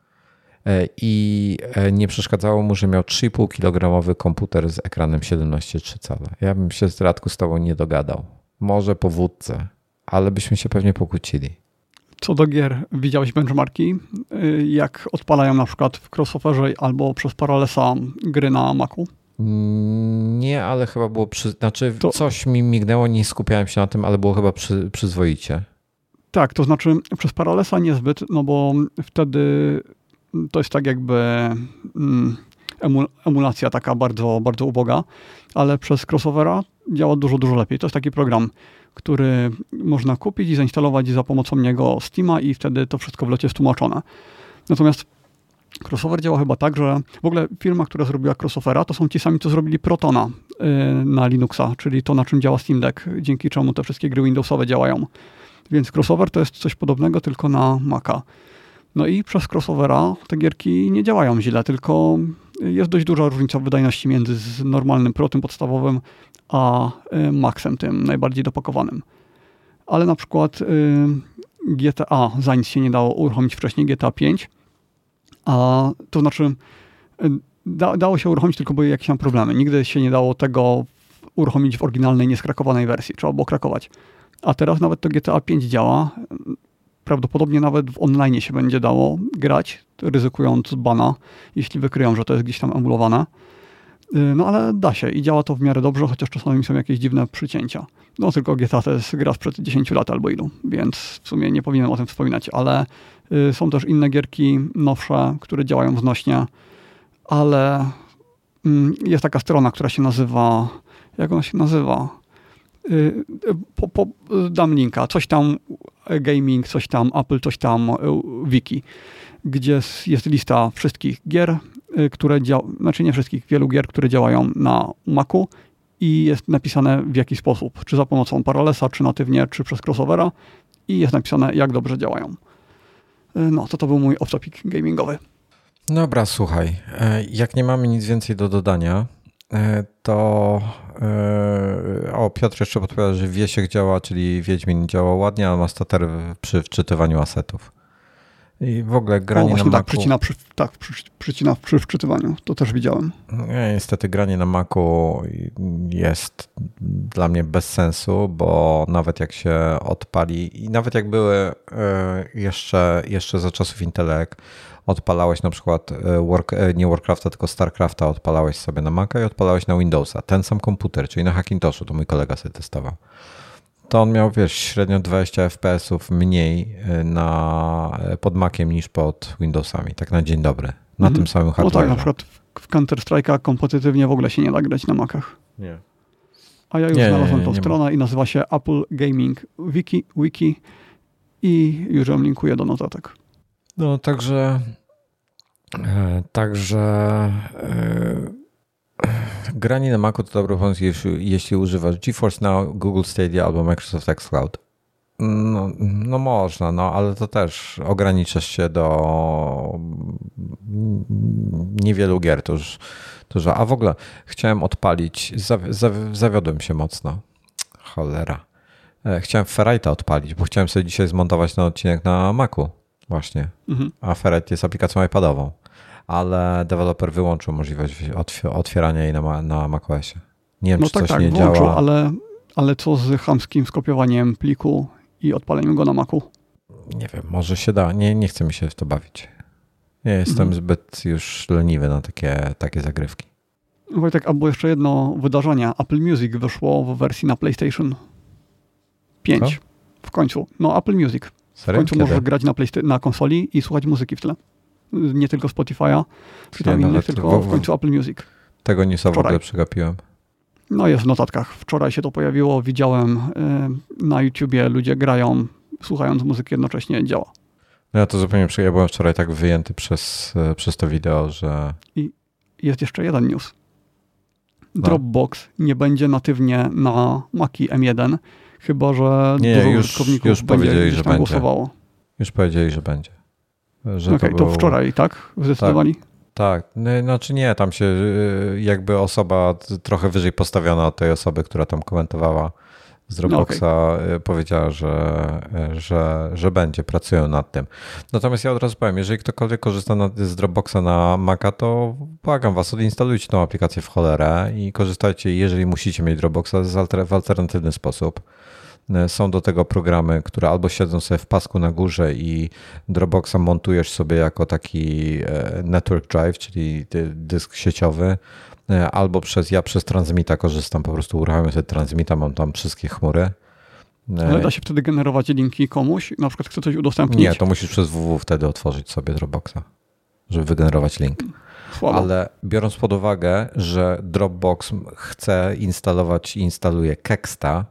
[SPEAKER 1] i nie przeszkadzało mu, że miał trzy i pół kilogramowy komputer z ekranem siedemnaście przecinek trzy cala. Ja bym się z Radku z tobą nie dogadał. Może po wódce, ale byśmy się pewnie pokłócili.
[SPEAKER 2] Co do gier, widziałeś benchmarki, jak odpalają na przykład w crossoverze albo przez Parallesa gry na Macu?
[SPEAKER 1] Nie, ale chyba było, przy... znaczy to... coś mi mignęło, nie skupiałem się na tym, ale było chyba przy... przyzwoicie.
[SPEAKER 2] Tak, to znaczy przez Parallesa niezbyt, no bo wtedy to jest tak jakby mm, emulacja taka bardzo, bardzo uboga, ale przez crossovera działa dużo, dużo lepiej. To jest taki program, który można kupić i zainstalować za pomocą niego Steama i wtedy to wszystko w locie jest tłumaczone. Natomiast crossover działa chyba tak, że w ogóle firma, która zrobiła crossovera, to są ci sami, co zrobili Protona yy, na Linuxa, czyli to, na czym działa Steam Deck, dzięki czemu te wszystkie gry Windowsowe działają. Więc crossover to jest coś podobnego, tylko na Maca. No i przez crossovera te gierki nie działają źle, tylko jest dość duża różnica w wydajności między normalnym Pro, tym podstawowym, a Maxem, tym najbardziej dopakowanym. Ale na przykład G T A za nic się nie dało uruchomić wcześniej, G T A pięć, a to znaczy da, dało się uruchomić, tylko były jakieś tam problemy. Nigdy się nie dało tego uruchomić w oryginalnej, nieskrakowanej wersji. Trzeba było krakować. A teraz nawet to G T A pięć działa. Prawdopodobnie nawet w online się będzie dało grać, ryzykując bana, jeśli wykryją, że to jest gdzieś tam emulowane. No ale da się i działa to w miarę dobrze, chociaż czasami są jakieś dziwne przycięcia. No tylko G T A to jest gra sprzed dziesięciu lat albo ilu, więc w sumie nie powinienem o tym wspominać, ale y, są też inne gierki nowsze, które działają wznośnie, ale y, jest taka strona, która się nazywa, jak ona się nazywa? Y, po, po, dam linka, coś tam gaming, coś tam Apple, coś tam y, wiki, gdzie jest lista wszystkich gier, które działają, znaczy nie wszystkich, wielu gier, które działają na Macu i jest napisane w jaki sposób, czy za pomocą Parallesa, czy natywnie, czy przez crossovera i jest napisane, jak dobrze działają. No, to to był mój off-topic gamingowy.
[SPEAKER 1] Dobra, słuchaj, jak nie mamy nic więcej do dodania, to o, Piotr jeszcze podpowiada, że Wiesiek działa, czyli Wiedźmin działa ładnie, ale ma stater przy wczytywaniu asetów. I w ogóle granie o,
[SPEAKER 2] właśnie
[SPEAKER 1] na
[SPEAKER 2] tak,
[SPEAKER 1] Macu...
[SPEAKER 2] Przycina przy, tak, przy, przycina przy wczytywaniu. To też widziałem.
[SPEAKER 1] Nie, niestety granie na Macu jest dla mnie bez sensu, bo nawet jak się odpali i nawet jak były jeszcze, jeszcze za czasów Intelek, odpalałeś na przykład work, nie Warcrafta, tylko Starcrafta, odpalałeś sobie na Maca i odpalałeś na Windowsa. Ten sam komputer, czyli na Hackintoshu, to mój kolega sobie testował. To on miał, wiesz, średnio dwadzieścia F P S-ów mniej na, pod Maciem niż pod Windowsami, tak na dzień dobry, na mm. tym samym hardware'ze.
[SPEAKER 2] No tak, na przykład w Counter-Strike'a kompetytywnie w ogóle się nie da grać na Macach.
[SPEAKER 1] Nie.
[SPEAKER 2] A ja już nie, znalazłem nie, nie, tą nie stronę ma. I nazywa się Apple Gaming Wiki, Wiki i już ją linkuję do notatek.
[SPEAKER 1] No także e, także e, granie na Macu to dobry pomysł, jeśli, jeśli używasz GeForce Now, Google Stadia albo Microsoft xCloud. No, no można, no ale to też ograniczasz się do niewielu gier. To już, to już, a w ogóle chciałem odpalić, zawi, zawi, zawiodłem się mocno. Cholera. Chciałem Ferrite'a odpalić, bo chciałem sobie dzisiaj zmontować ten odcinek na Macu właśnie. Mhm. A Ferrite jest aplikacją iPadową. Ale deweloper wyłączył możliwość otwierania jej na, na macOSie. Nie wiem, no czy tak, coś tak, nie włączył, działa.
[SPEAKER 2] Ale, ale co z chamskim skopiowaniem pliku i odpaleniem go na Macu?
[SPEAKER 1] Nie wiem, może się da. Nie, nie chcę mi się w to bawić. Ja jestem mhm. zbyt już leniwy na takie, takie zagrywki.
[SPEAKER 2] Wojtek, a było jeszcze jedno wydarzenie. Apple Music wyszło w wersji na PlayStation pięć. Co? W końcu. No Apple Music.
[SPEAKER 1] Serio?
[SPEAKER 2] W końcu
[SPEAKER 1] Kiedy?
[SPEAKER 2] możesz grać na, Playsta- na konsoli i słuchać muzyki w tle. Nie tylko Spotify'a, czy tam innych, tylko w końcu Apple Music.
[SPEAKER 1] Tego newsa w ogóle przegapiłem.
[SPEAKER 2] No jest w notatkach. Wczoraj się to pojawiło, widziałem y, na YouTubie, ludzie grają, słuchając muzyki jednocześnie, działa.
[SPEAKER 1] No ja to zupełnie przyjęłem, byłem wczoraj tak wyjęty przez, przez to wideo, że...
[SPEAKER 2] I jest jeszcze jeden news. Dropbox no. nie będzie natywnie na Maci M jeden, chyba że
[SPEAKER 1] nie,
[SPEAKER 2] dużo
[SPEAKER 1] już,
[SPEAKER 2] użytkowników
[SPEAKER 1] już
[SPEAKER 2] będzie
[SPEAKER 1] powiedzieli, że będzie.
[SPEAKER 2] głosowało.
[SPEAKER 1] Już powiedzieli, że będzie.
[SPEAKER 2] Okej, okay, to, to był... wczoraj, tak? Zdecydowali?
[SPEAKER 1] Tak, tak. Znaczy nie, tam się jakby osoba trochę wyżej postawiona od tej osoby, która tam komentowała z Dropboxa, no okay. powiedziała, że, że, że będzie, pracują nad tym. Natomiast ja od razu powiem, jeżeli ktokolwiek korzysta z Dropboxa na Maca, to błagam was, odinstalujcie tą aplikację w cholerę i korzystajcie, jeżeli musicie mieć Dropboxa, w alternatywny sposób. Są do tego programy, które albo siedzą sobie w pasku na górze i Dropboxa montujesz sobie jako taki network drive, czyli dysk sieciowy, albo przez, ja przez Transmita korzystam, po prostu uruchamiam sobie Transmita, mam tam wszystkie chmury.
[SPEAKER 2] Ale da się wtedy generować linki komuś? Na przykład chce coś udostępnić?
[SPEAKER 1] Nie, to musisz przez www wtedy otworzyć sobie Dropboxa, żeby wygenerować link.
[SPEAKER 2] Słabo.
[SPEAKER 1] Ale biorąc pod uwagę, że Dropbox chce instalować i instaluje Kexta,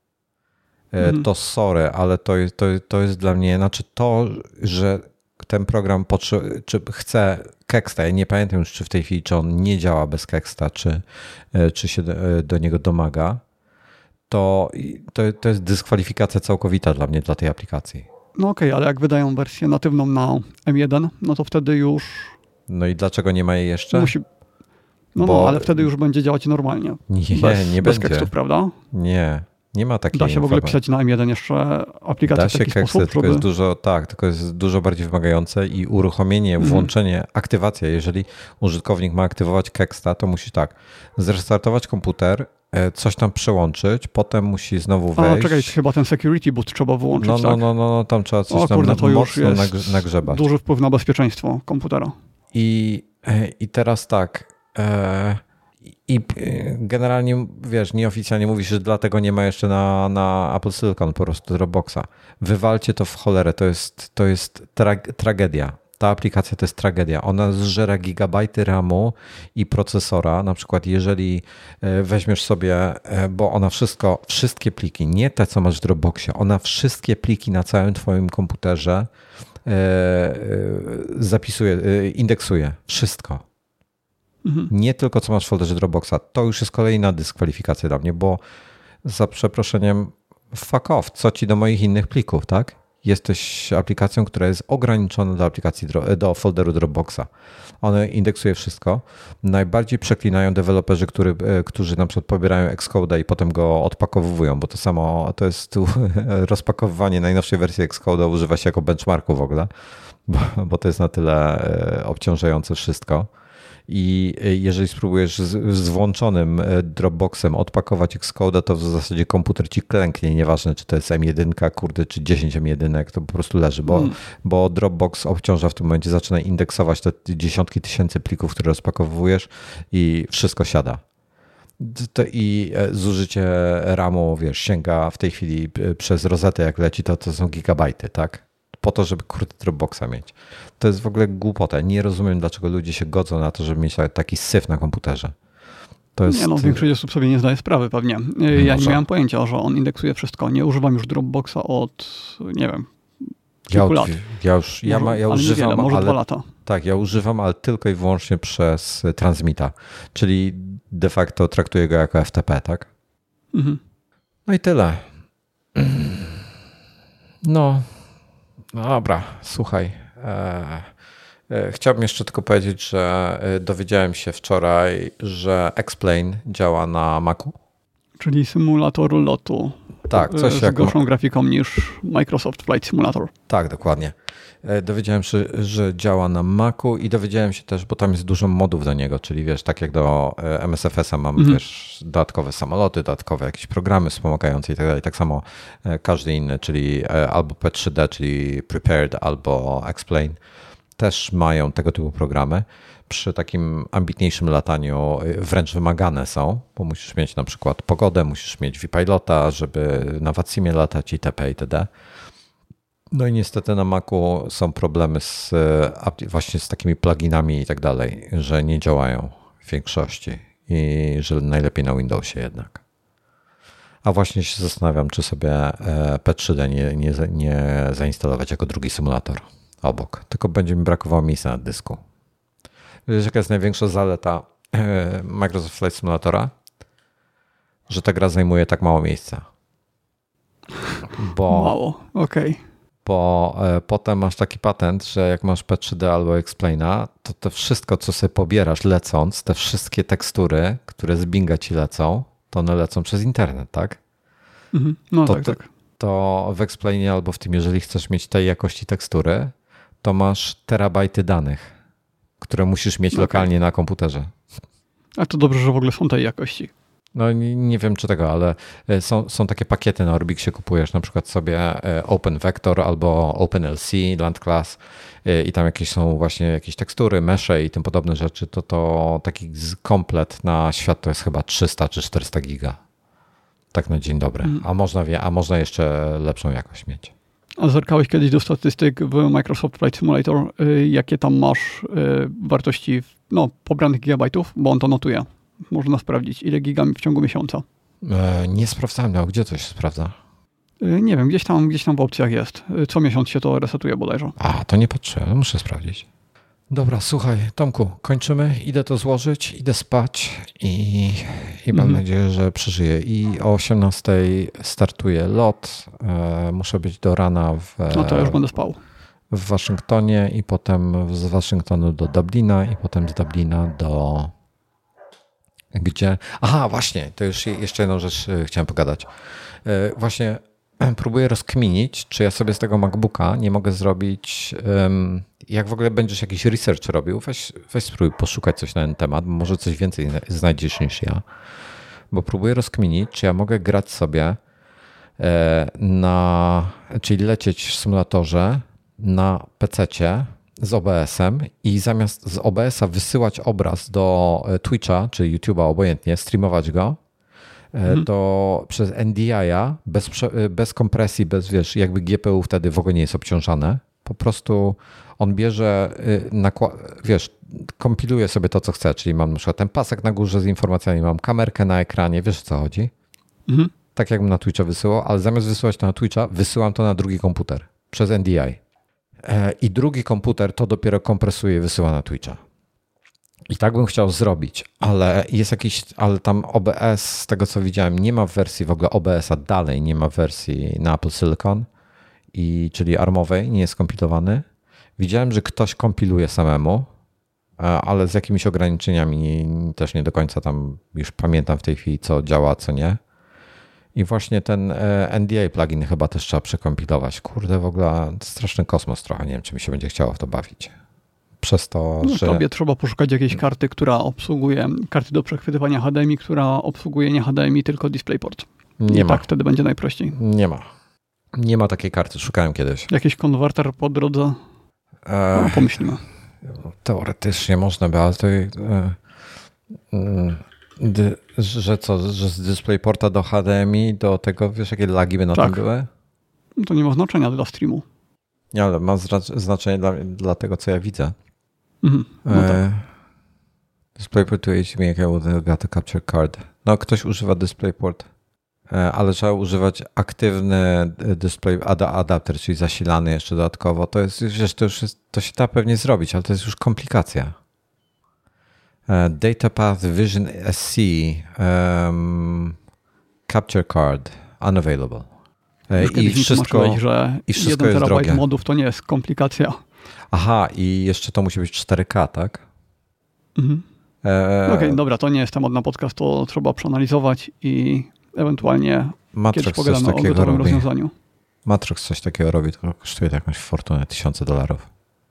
[SPEAKER 1] to sorry, ale to jest, to, to jest dla mnie, znaczy to, że ten program potrze- czy chce Kexta, ja nie pamiętam już, czy w tej chwili, czy on nie działa bez Kexta, czy, czy się do, do niego domaga, to, to, to jest dyskwalifikacja całkowita dla mnie, dla tej aplikacji.
[SPEAKER 2] No okej, okay, ale jak wydają wersję natywną na M jeden, no to wtedy już...
[SPEAKER 1] No i dlaczego nie ma jej jeszcze?
[SPEAKER 2] Musi... No, Bo... no, ale wtedy już będzie działać normalnie.
[SPEAKER 1] Nie,
[SPEAKER 2] bez,
[SPEAKER 1] nie
[SPEAKER 2] bez
[SPEAKER 1] będzie.
[SPEAKER 2] Kextów, prawda?
[SPEAKER 1] Nie. Nie ma takiej
[SPEAKER 2] Da się w ogóle pisać na M jeden jeszcze aplikację
[SPEAKER 1] da
[SPEAKER 2] w taki
[SPEAKER 1] się keksy,
[SPEAKER 2] sposób,
[SPEAKER 1] tylko
[SPEAKER 2] żeby...
[SPEAKER 1] jest dużo, tak, tylko jest dużo bardziej wymagające i uruchomienie, mm. włączenie, aktywacja. Jeżeli użytkownik ma aktywować Kexta, to musi tak, zrestartować komputer, coś tam przełączyć, potem musi znowu wejść.
[SPEAKER 2] A, czekaj, chyba ten security boot trzeba wyłączyć,
[SPEAKER 1] no, no,
[SPEAKER 2] tak?
[SPEAKER 1] No, no, no, tam trzeba coś
[SPEAKER 2] o,
[SPEAKER 1] tam
[SPEAKER 2] kurde, to już
[SPEAKER 1] mocno nagrzebać.
[SPEAKER 2] Duży wpływ na bezpieczeństwo komputera.
[SPEAKER 1] I, i teraz tak... E... I generalnie, wiesz, nieoficjalnie mówisz, że dlatego nie ma jeszcze na, na Apple Silicon po prostu Dropboxa. Wywalcie to w cholerę, to jest, to jest tra- tragedia. Ta aplikacja to jest tragedia. Ona zżera gigabajty ramu i procesora. Na przykład jeżeli weźmiesz sobie, bo ona wszystko, wszystkie pliki, nie te co masz w Dropboxie, ona wszystkie pliki na całym twoim komputerze zapisuje, indeksuje. Wszystko. Mhm. Nie tylko co masz w folderze Dropboxa. To już jest kolejna dyskwalifikacja dla mnie, bo za przeproszeniem fuck off, co ci do moich innych plików, tak? Jesteś aplikacją, która jest ograniczona do aplikacji, do folderu Dropboxa. One indeksuje wszystko. Najbardziej przeklinają deweloperzy, który, którzy na przykład pobierają Xcode'a i potem go odpakowują, bo to samo, to jest tu rozpakowywanie najnowszej wersji Xcode'a używa się jako benchmarku w ogóle. bo, bo to jest na tyle obciążające wszystko. I jeżeli spróbujesz z, z włączonym Dropboxem odpakować Xcode'a, to w zasadzie komputer ci klęknie, nieważne czy to jest M jeden, kurde, czy dziesięć M jeden, to po prostu leży, bo, mm. bo Dropbox obciąża w tym momencie, zaczyna indeksować te dziesiątki tysięcy plików, które rozpakowujesz i wszystko siada. I zużycie ramu, wiesz, sięga w tej chwili przez rozetę, jak leci, to to są gigabajty, tak? Po to, żeby kurde Dropboxa mieć. To jest w ogóle głupota. Nie rozumiem, dlaczego ludzie się godzą na to, żeby mieć taki syf na komputerze. To jest...
[SPEAKER 2] Nie no, większość osób sobie nie zdaje sprawy pewnie. Ja Może. nie miałem pojęcia, że on indeksuje wszystko. Nie używam już Dropboxa od, nie wiem, kilku
[SPEAKER 1] ja,
[SPEAKER 2] lat.
[SPEAKER 1] Ja już, ja, ma, ja
[SPEAKER 2] ale
[SPEAKER 1] używam,
[SPEAKER 2] niewiele, może
[SPEAKER 1] ale,
[SPEAKER 2] dwa lata.
[SPEAKER 1] Tak, ja używam, ale tylko i wyłącznie przez Transmita, czyli de facto traktuję go jako F T P, tak? Mhm. No i tyle. No, no dobra, słuchaj. E, e, chciałbym jeszcze tylko powiedzieć, że dowiedziałem się wczoraj, że X-Plane działa na Macu.
[SPEAKER 2] Czyli symulator lotu.
[SPEAKER 1] Tak, coś
[SPEAKER 2] z
[SPEAKER 1] jak...
[SPEAKER 2] gorszą grafiką niż Microsoft Flight Simulator.
[SPEAKER 1] Tak, dokładnie. Dowiedziałem się, że działa na Macu i dowiedziałem się też, bo tam jest dużo modów do niego, czyli wiesz, tak jak do M S F S a mam mhm. wiesz, dodatkowe samoloty, dodatkowe jakieś programy wspomagające i tak dalej. Tak samo każdy inny, czyli albo P trzy D, czyli Prepared, albo X-Plane też mają tego typu programy. Przy takim ambitniejszym lataniu wręcz wymagane są, bo musisz mieć na przykład pogodę, musisz mieć vPilota, żeby na Vatsimie latać itp. itd. No i niestety na Macu są problemy z właśnie z takimi pluginami i tak dalej, że nie działają w większości i że najlepiej na Windowsie jednak. A właśnie się zastanawiam, czy sobie P trzy D nie, nie, nie zainstalować jako drugi symulator obok. Tylko będzie mi brakowało miejsca na dysku. Wiesz, jaka jest największa zaleta Microsoft Flight Simulatora? Że ta gra zajmuje tak mało miejsca. Bo,
[SPEAKER 2] mało, okej. Okay.
[SPEAKER 1] Bo e, potem masz taki patent, że jak masz P trzy D albo X-Plane'a, to to wszystko, co sobie pobierasz lecąc, te wszystkie tekstury, które z Binga ci lecą, to one lecą przez internet, tak?
[SPEAKER 2] Mhm. No
[SPEAKER 1] to,
[SPEAKER 2] tak,
[SPEAKER 1] to,
[SPEAKER 2] tak.
[SPEAKER 1] To w X-Plane'ie albo w tym, jeżeli chcesz mieć tej jakości tekstury, to masz terabajty danych, które musisz mieć okay. lokalnie na komputerze.
[SPEAKER 2] A to dobrze, że w ogóle są tej jakości.
[SPEAKER 1] No nie, nie wiem czy tego, ale są, są takie pakiety na Orbixie, kupujesz na przykład sobie OpenVector albo OpenLC, Land Class i tam jakieś są właśnie jakieś tekstury, mesze i tym podobne rzeczy, to to taki komplet na świat to jest chyba trzysta czy czterysta giga. Tak na dzień dobry. Mm. A można wie, a można jeszcze lepszą jakość mieć.
[SPEAKER 2] A zerkałeś kiedyś do statystyk w Microsoft Flight Simulator, jakie tam masz wartości no, pobranych gigabajtów, bo on to notuje. Można sprawdzić, ile gigami w ciągu miesiąca.
[SPEAKER 1] E, nie sprawdzałem, no, gdzie to się sprawdza?
[SPEAKER 2] E, nie wiem, gdzieś tam, gdzieś tam w opcjach jest. Co miesiąc się to resetuje bodajże.
[SPEAKER 1] A, to nie patrzę, muszę sprawdzić. Dobra, słuchaj, Tomku, kończymy. Idę to złożyć, idę spać i, i mam mhm. nadzieję, że przeżyję. I o osiemnastej startuje lot. E, muszę być do rana w...
[SPEAKER 2] No to już będę spał.
[SPEAKER 1] W Waszyngtonie i potem z Waszyngtonu do Dublina i potem z Dublina do... Gdzie? Aha, właśnie, to już jeszcze jedną rzecz chciałem pogadać. Właśnie próbuję rozkminić, czy ja sobie z tego MacBooka nie mogę zrobić, jak w ogóle będziesz jakiś research robił, weź, weź spróbuj poszukać coś na ten temat, może coś więcej znajdziesz niż ja, bo próbuję rozkminić, czy ja mogę grać sobie na, czyli lecieć w symulatorze na pececie z O B S-em i zamiast z O B S-a wysyłać obraz do Twitcha, czy YouTube'a, obojętnie, streamować go, mhm. to przez N D I-a, bez, bez kompresji, bez, wiesz, jakby G P U wtedy w ogóle nie jest obciążane. Po prostu on bierze, wiesz, kompiluje sobie to, co chce, czyli mam na przykład ten pasek na górze z informacjami, mam kamerkę na ekranie, wiesz, o co chodzi? Mhm. Tak jakbym na Twitcha wysyłał, ale zamiast wysyłać to na Twitcha, wysyłam to na drugi komputer przez N D I. I drugi komputer to dopiero kompresuje i wysyła na Twitcha. I tak bym chciał zrobić, ale jest jakiś, ale tam O B S, z tego co widziałem, nie ma w wersji w ogóle O B S-a dalej, nie ma w wersji na Apple Silicon, i, czyli armowej, nie jest skompilowany. Widziałem, że ktoś kompiluje samemu, ale z jakimiś ograniczeniami, też nie do końca tam już pamiętam w tej chwili, co działa, co nie. I właśnie ten N D A plugin chyba też trzeba przekompilować. Kurde, w ogóle straszny kosmos trochę. Nie wiem, czy mi się będzie chciało w to bawić. Przez to,
[SPEAKER 2] no,
[SPEAKER 1] że...
[SPEAKER 2] Tobie trzeba poszukać jakiejś karty, która obsługuje, karty do przechwytywania H D M I, która obsługuje nie H D M I, tylko DisplayPort.
[SPEAKER 1] Nie
[SPEAKER 2] I
[SPEAKER 1] ma.
[SPEAKER 2] tak wtedy będzie najprościej.
[SPEAKER 1] Nie ma. Nie ma takiej karty. Szukałem kiedyś.
[SPEAKER 2] Jakiś konwerter po drodze? No, pomyślimy.
[SPEAKER 1] Teoretycznie można by, ale to... E, e, dy, że co, że z DisplayPorta do H D M I, do tego, wiesz, jakie lagi by na
[SPEAKER 2] tak.
[SPEAKER 1] tym były?
[SPEAKER 2] To nie ma znaczenia dla streamu.
[SPEAKER 1] Nie, ale ma znaczenie dla, dla tego, co ja widzę.
[SPEAKER 2] Mhm. No tak.
[SPEAKER 1] e, DisplayPort to H D M I, got to capture card. No, ktoś używa DisplayPort, e, ale trzeba używać aktywny display adapter, czyli zasilany jeszcze dodatkowo. To jest, wiesz, to już jest, to się da pewnie zrobić, ale to jest już komplikacja. E, Data Path Vision S C um, Capture Card unavailable.
[SPEAKER 2] Już
[SPEAKER 1] I wszystko,
[SPEAKER 2] że
[SPEAKER 1] i wszystko
[SPEAKER 2] jeden
[SPEAKER 1] jest drogie.
[SPEAKER 2] modów to nie jest komplikacja.
[SPEAKER 1] Aha, i jeszcze to musi być cztery K, tak?
[SPEAKER 2] Mhm. E... Okej, okay, dobra, to nie jest temat na podcast, to trzeba przeanalizować i ewentualnie
[SPEAKER 1] Matrox
[SPEAKER 2] kiedyś pogadamy o gotowym
[SPEAKER 1] robi.
[SPEAKER 2] rozwiązaniu.
[SPEAKER 1] Matrox coś takiego robi, to kosztuje to jakąś fortunę, tysiące dolarów.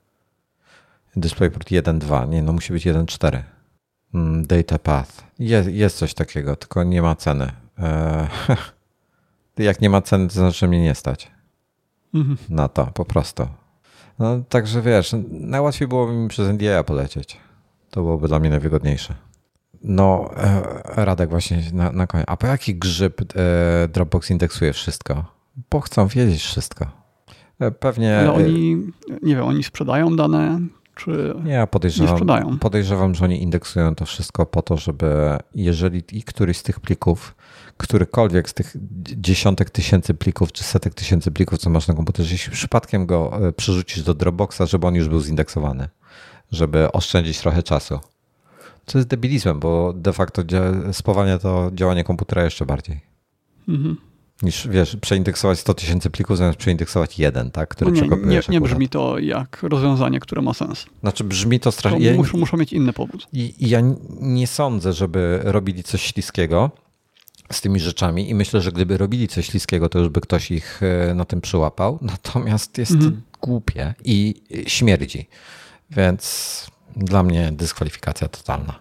[SPEAKER 1] DisplayPort jeden dwa, nie, no musi być jeden cztery. Mm, Data Path. Jest, jest coś takiego, tylko nie ma ceny. E... Jak nie ma ceny, to znaczy, że mnie nie stać mhm. na to, po prostu. No, także wiesz, najłatwiej byłoby mi przez N D A polecieć. To byłoby dla mnie najwygodniejsze. No, e, Radek właśnie na, na koniec. A po jaki grzyb e, Dropbox indeksuje wszystko? Bo chcą wiedzieć wszystko. E, pewnie...
[SPEAKER 2] Ale oni, nie wiem, oni sprzedają dane, czy
[SPEAKER 1] nie, podejrzewam,
[SPEAKER 2] nie sprzedają?
[SPEAKER 1] Podejrzewam, że oni indeksują to wszystko po to, żeby jeżeli i któryś z tych plików, którykolwiek z tych dziesiątek tysięcy plików, czy setek tysięcy plików, co masz na komputerze, jeśli przypadkiem go przerzucisz do Dropboxa, żeby on już był zindeksowany, żeby oszczędzić trochę czasu. Co jest debilizmem, bo de facto spowalnia to działanie komputera jeszcze bardziej. Mhm. Niż, wiesz, przeindeksować sto tysięcy plików, zamiast przeindeksować jeden, tak, który
[SPEAKER 2] no nie,
[SPEAKER 1] przekopiujesz.
[SPEAKER 2] Nie, nie brzmi to jak rozwiązanie, które ma sens.
[SPEAKER 1] Znaczy brzmi to strasznie...
[SPEAKER 2] To
[SPEAKER 1] ja,
[SPEAKER 2] muszą, muszą mieć inny powód.
[SPEAKER 1] I, I ja nie sądzę, żeby robili coś śliskiego z tymi rzeczami i myślę, że gdyby robili coś śliskiego, to już by ktoś ich na tym przyłapał. Natomiast jest mhm. głupie i śmierdzi. Więc dla mnie dyskwalifikacja totalna.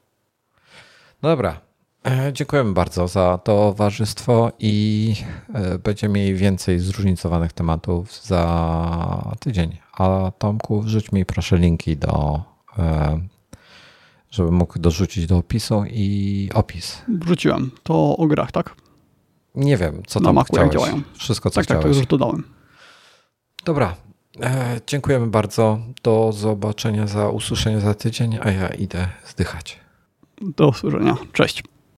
[SPEAKER 1] No dobra. Dziękujemy bardzo za towarzystwo i będziemy mieli więcej zróżnicowanych tematów za tydzień. A Tomku, wrzuć mi proszę linki do, żeby mógł dorzucić do opisu i opis.
[SPEAKER 2] Wrzuciłem. To o grach, tak?
[SPEAKER 1] Nie wiem, co
[SPEAKER 2] na
[SPEAKER 1] tam
[SPEAKER 2] Macu
[SPEAKER 1] chciałeś.
[SPEAKER 2] Działają.
[SPEAKER 1] Wszystko, co
[SPEAKER 2] tak,
[SPEAKER 1] chciałeś.
[SPEAKER 2] Tak, to już dodałem.
[SPEAKER 1] Dobra. E, dziękujemy bardzo. Do zobaczenia, za usłyszenie za tydzień, a ja idę zdychać.
[SPEAKER 2] Do usłyszenia. Cześć.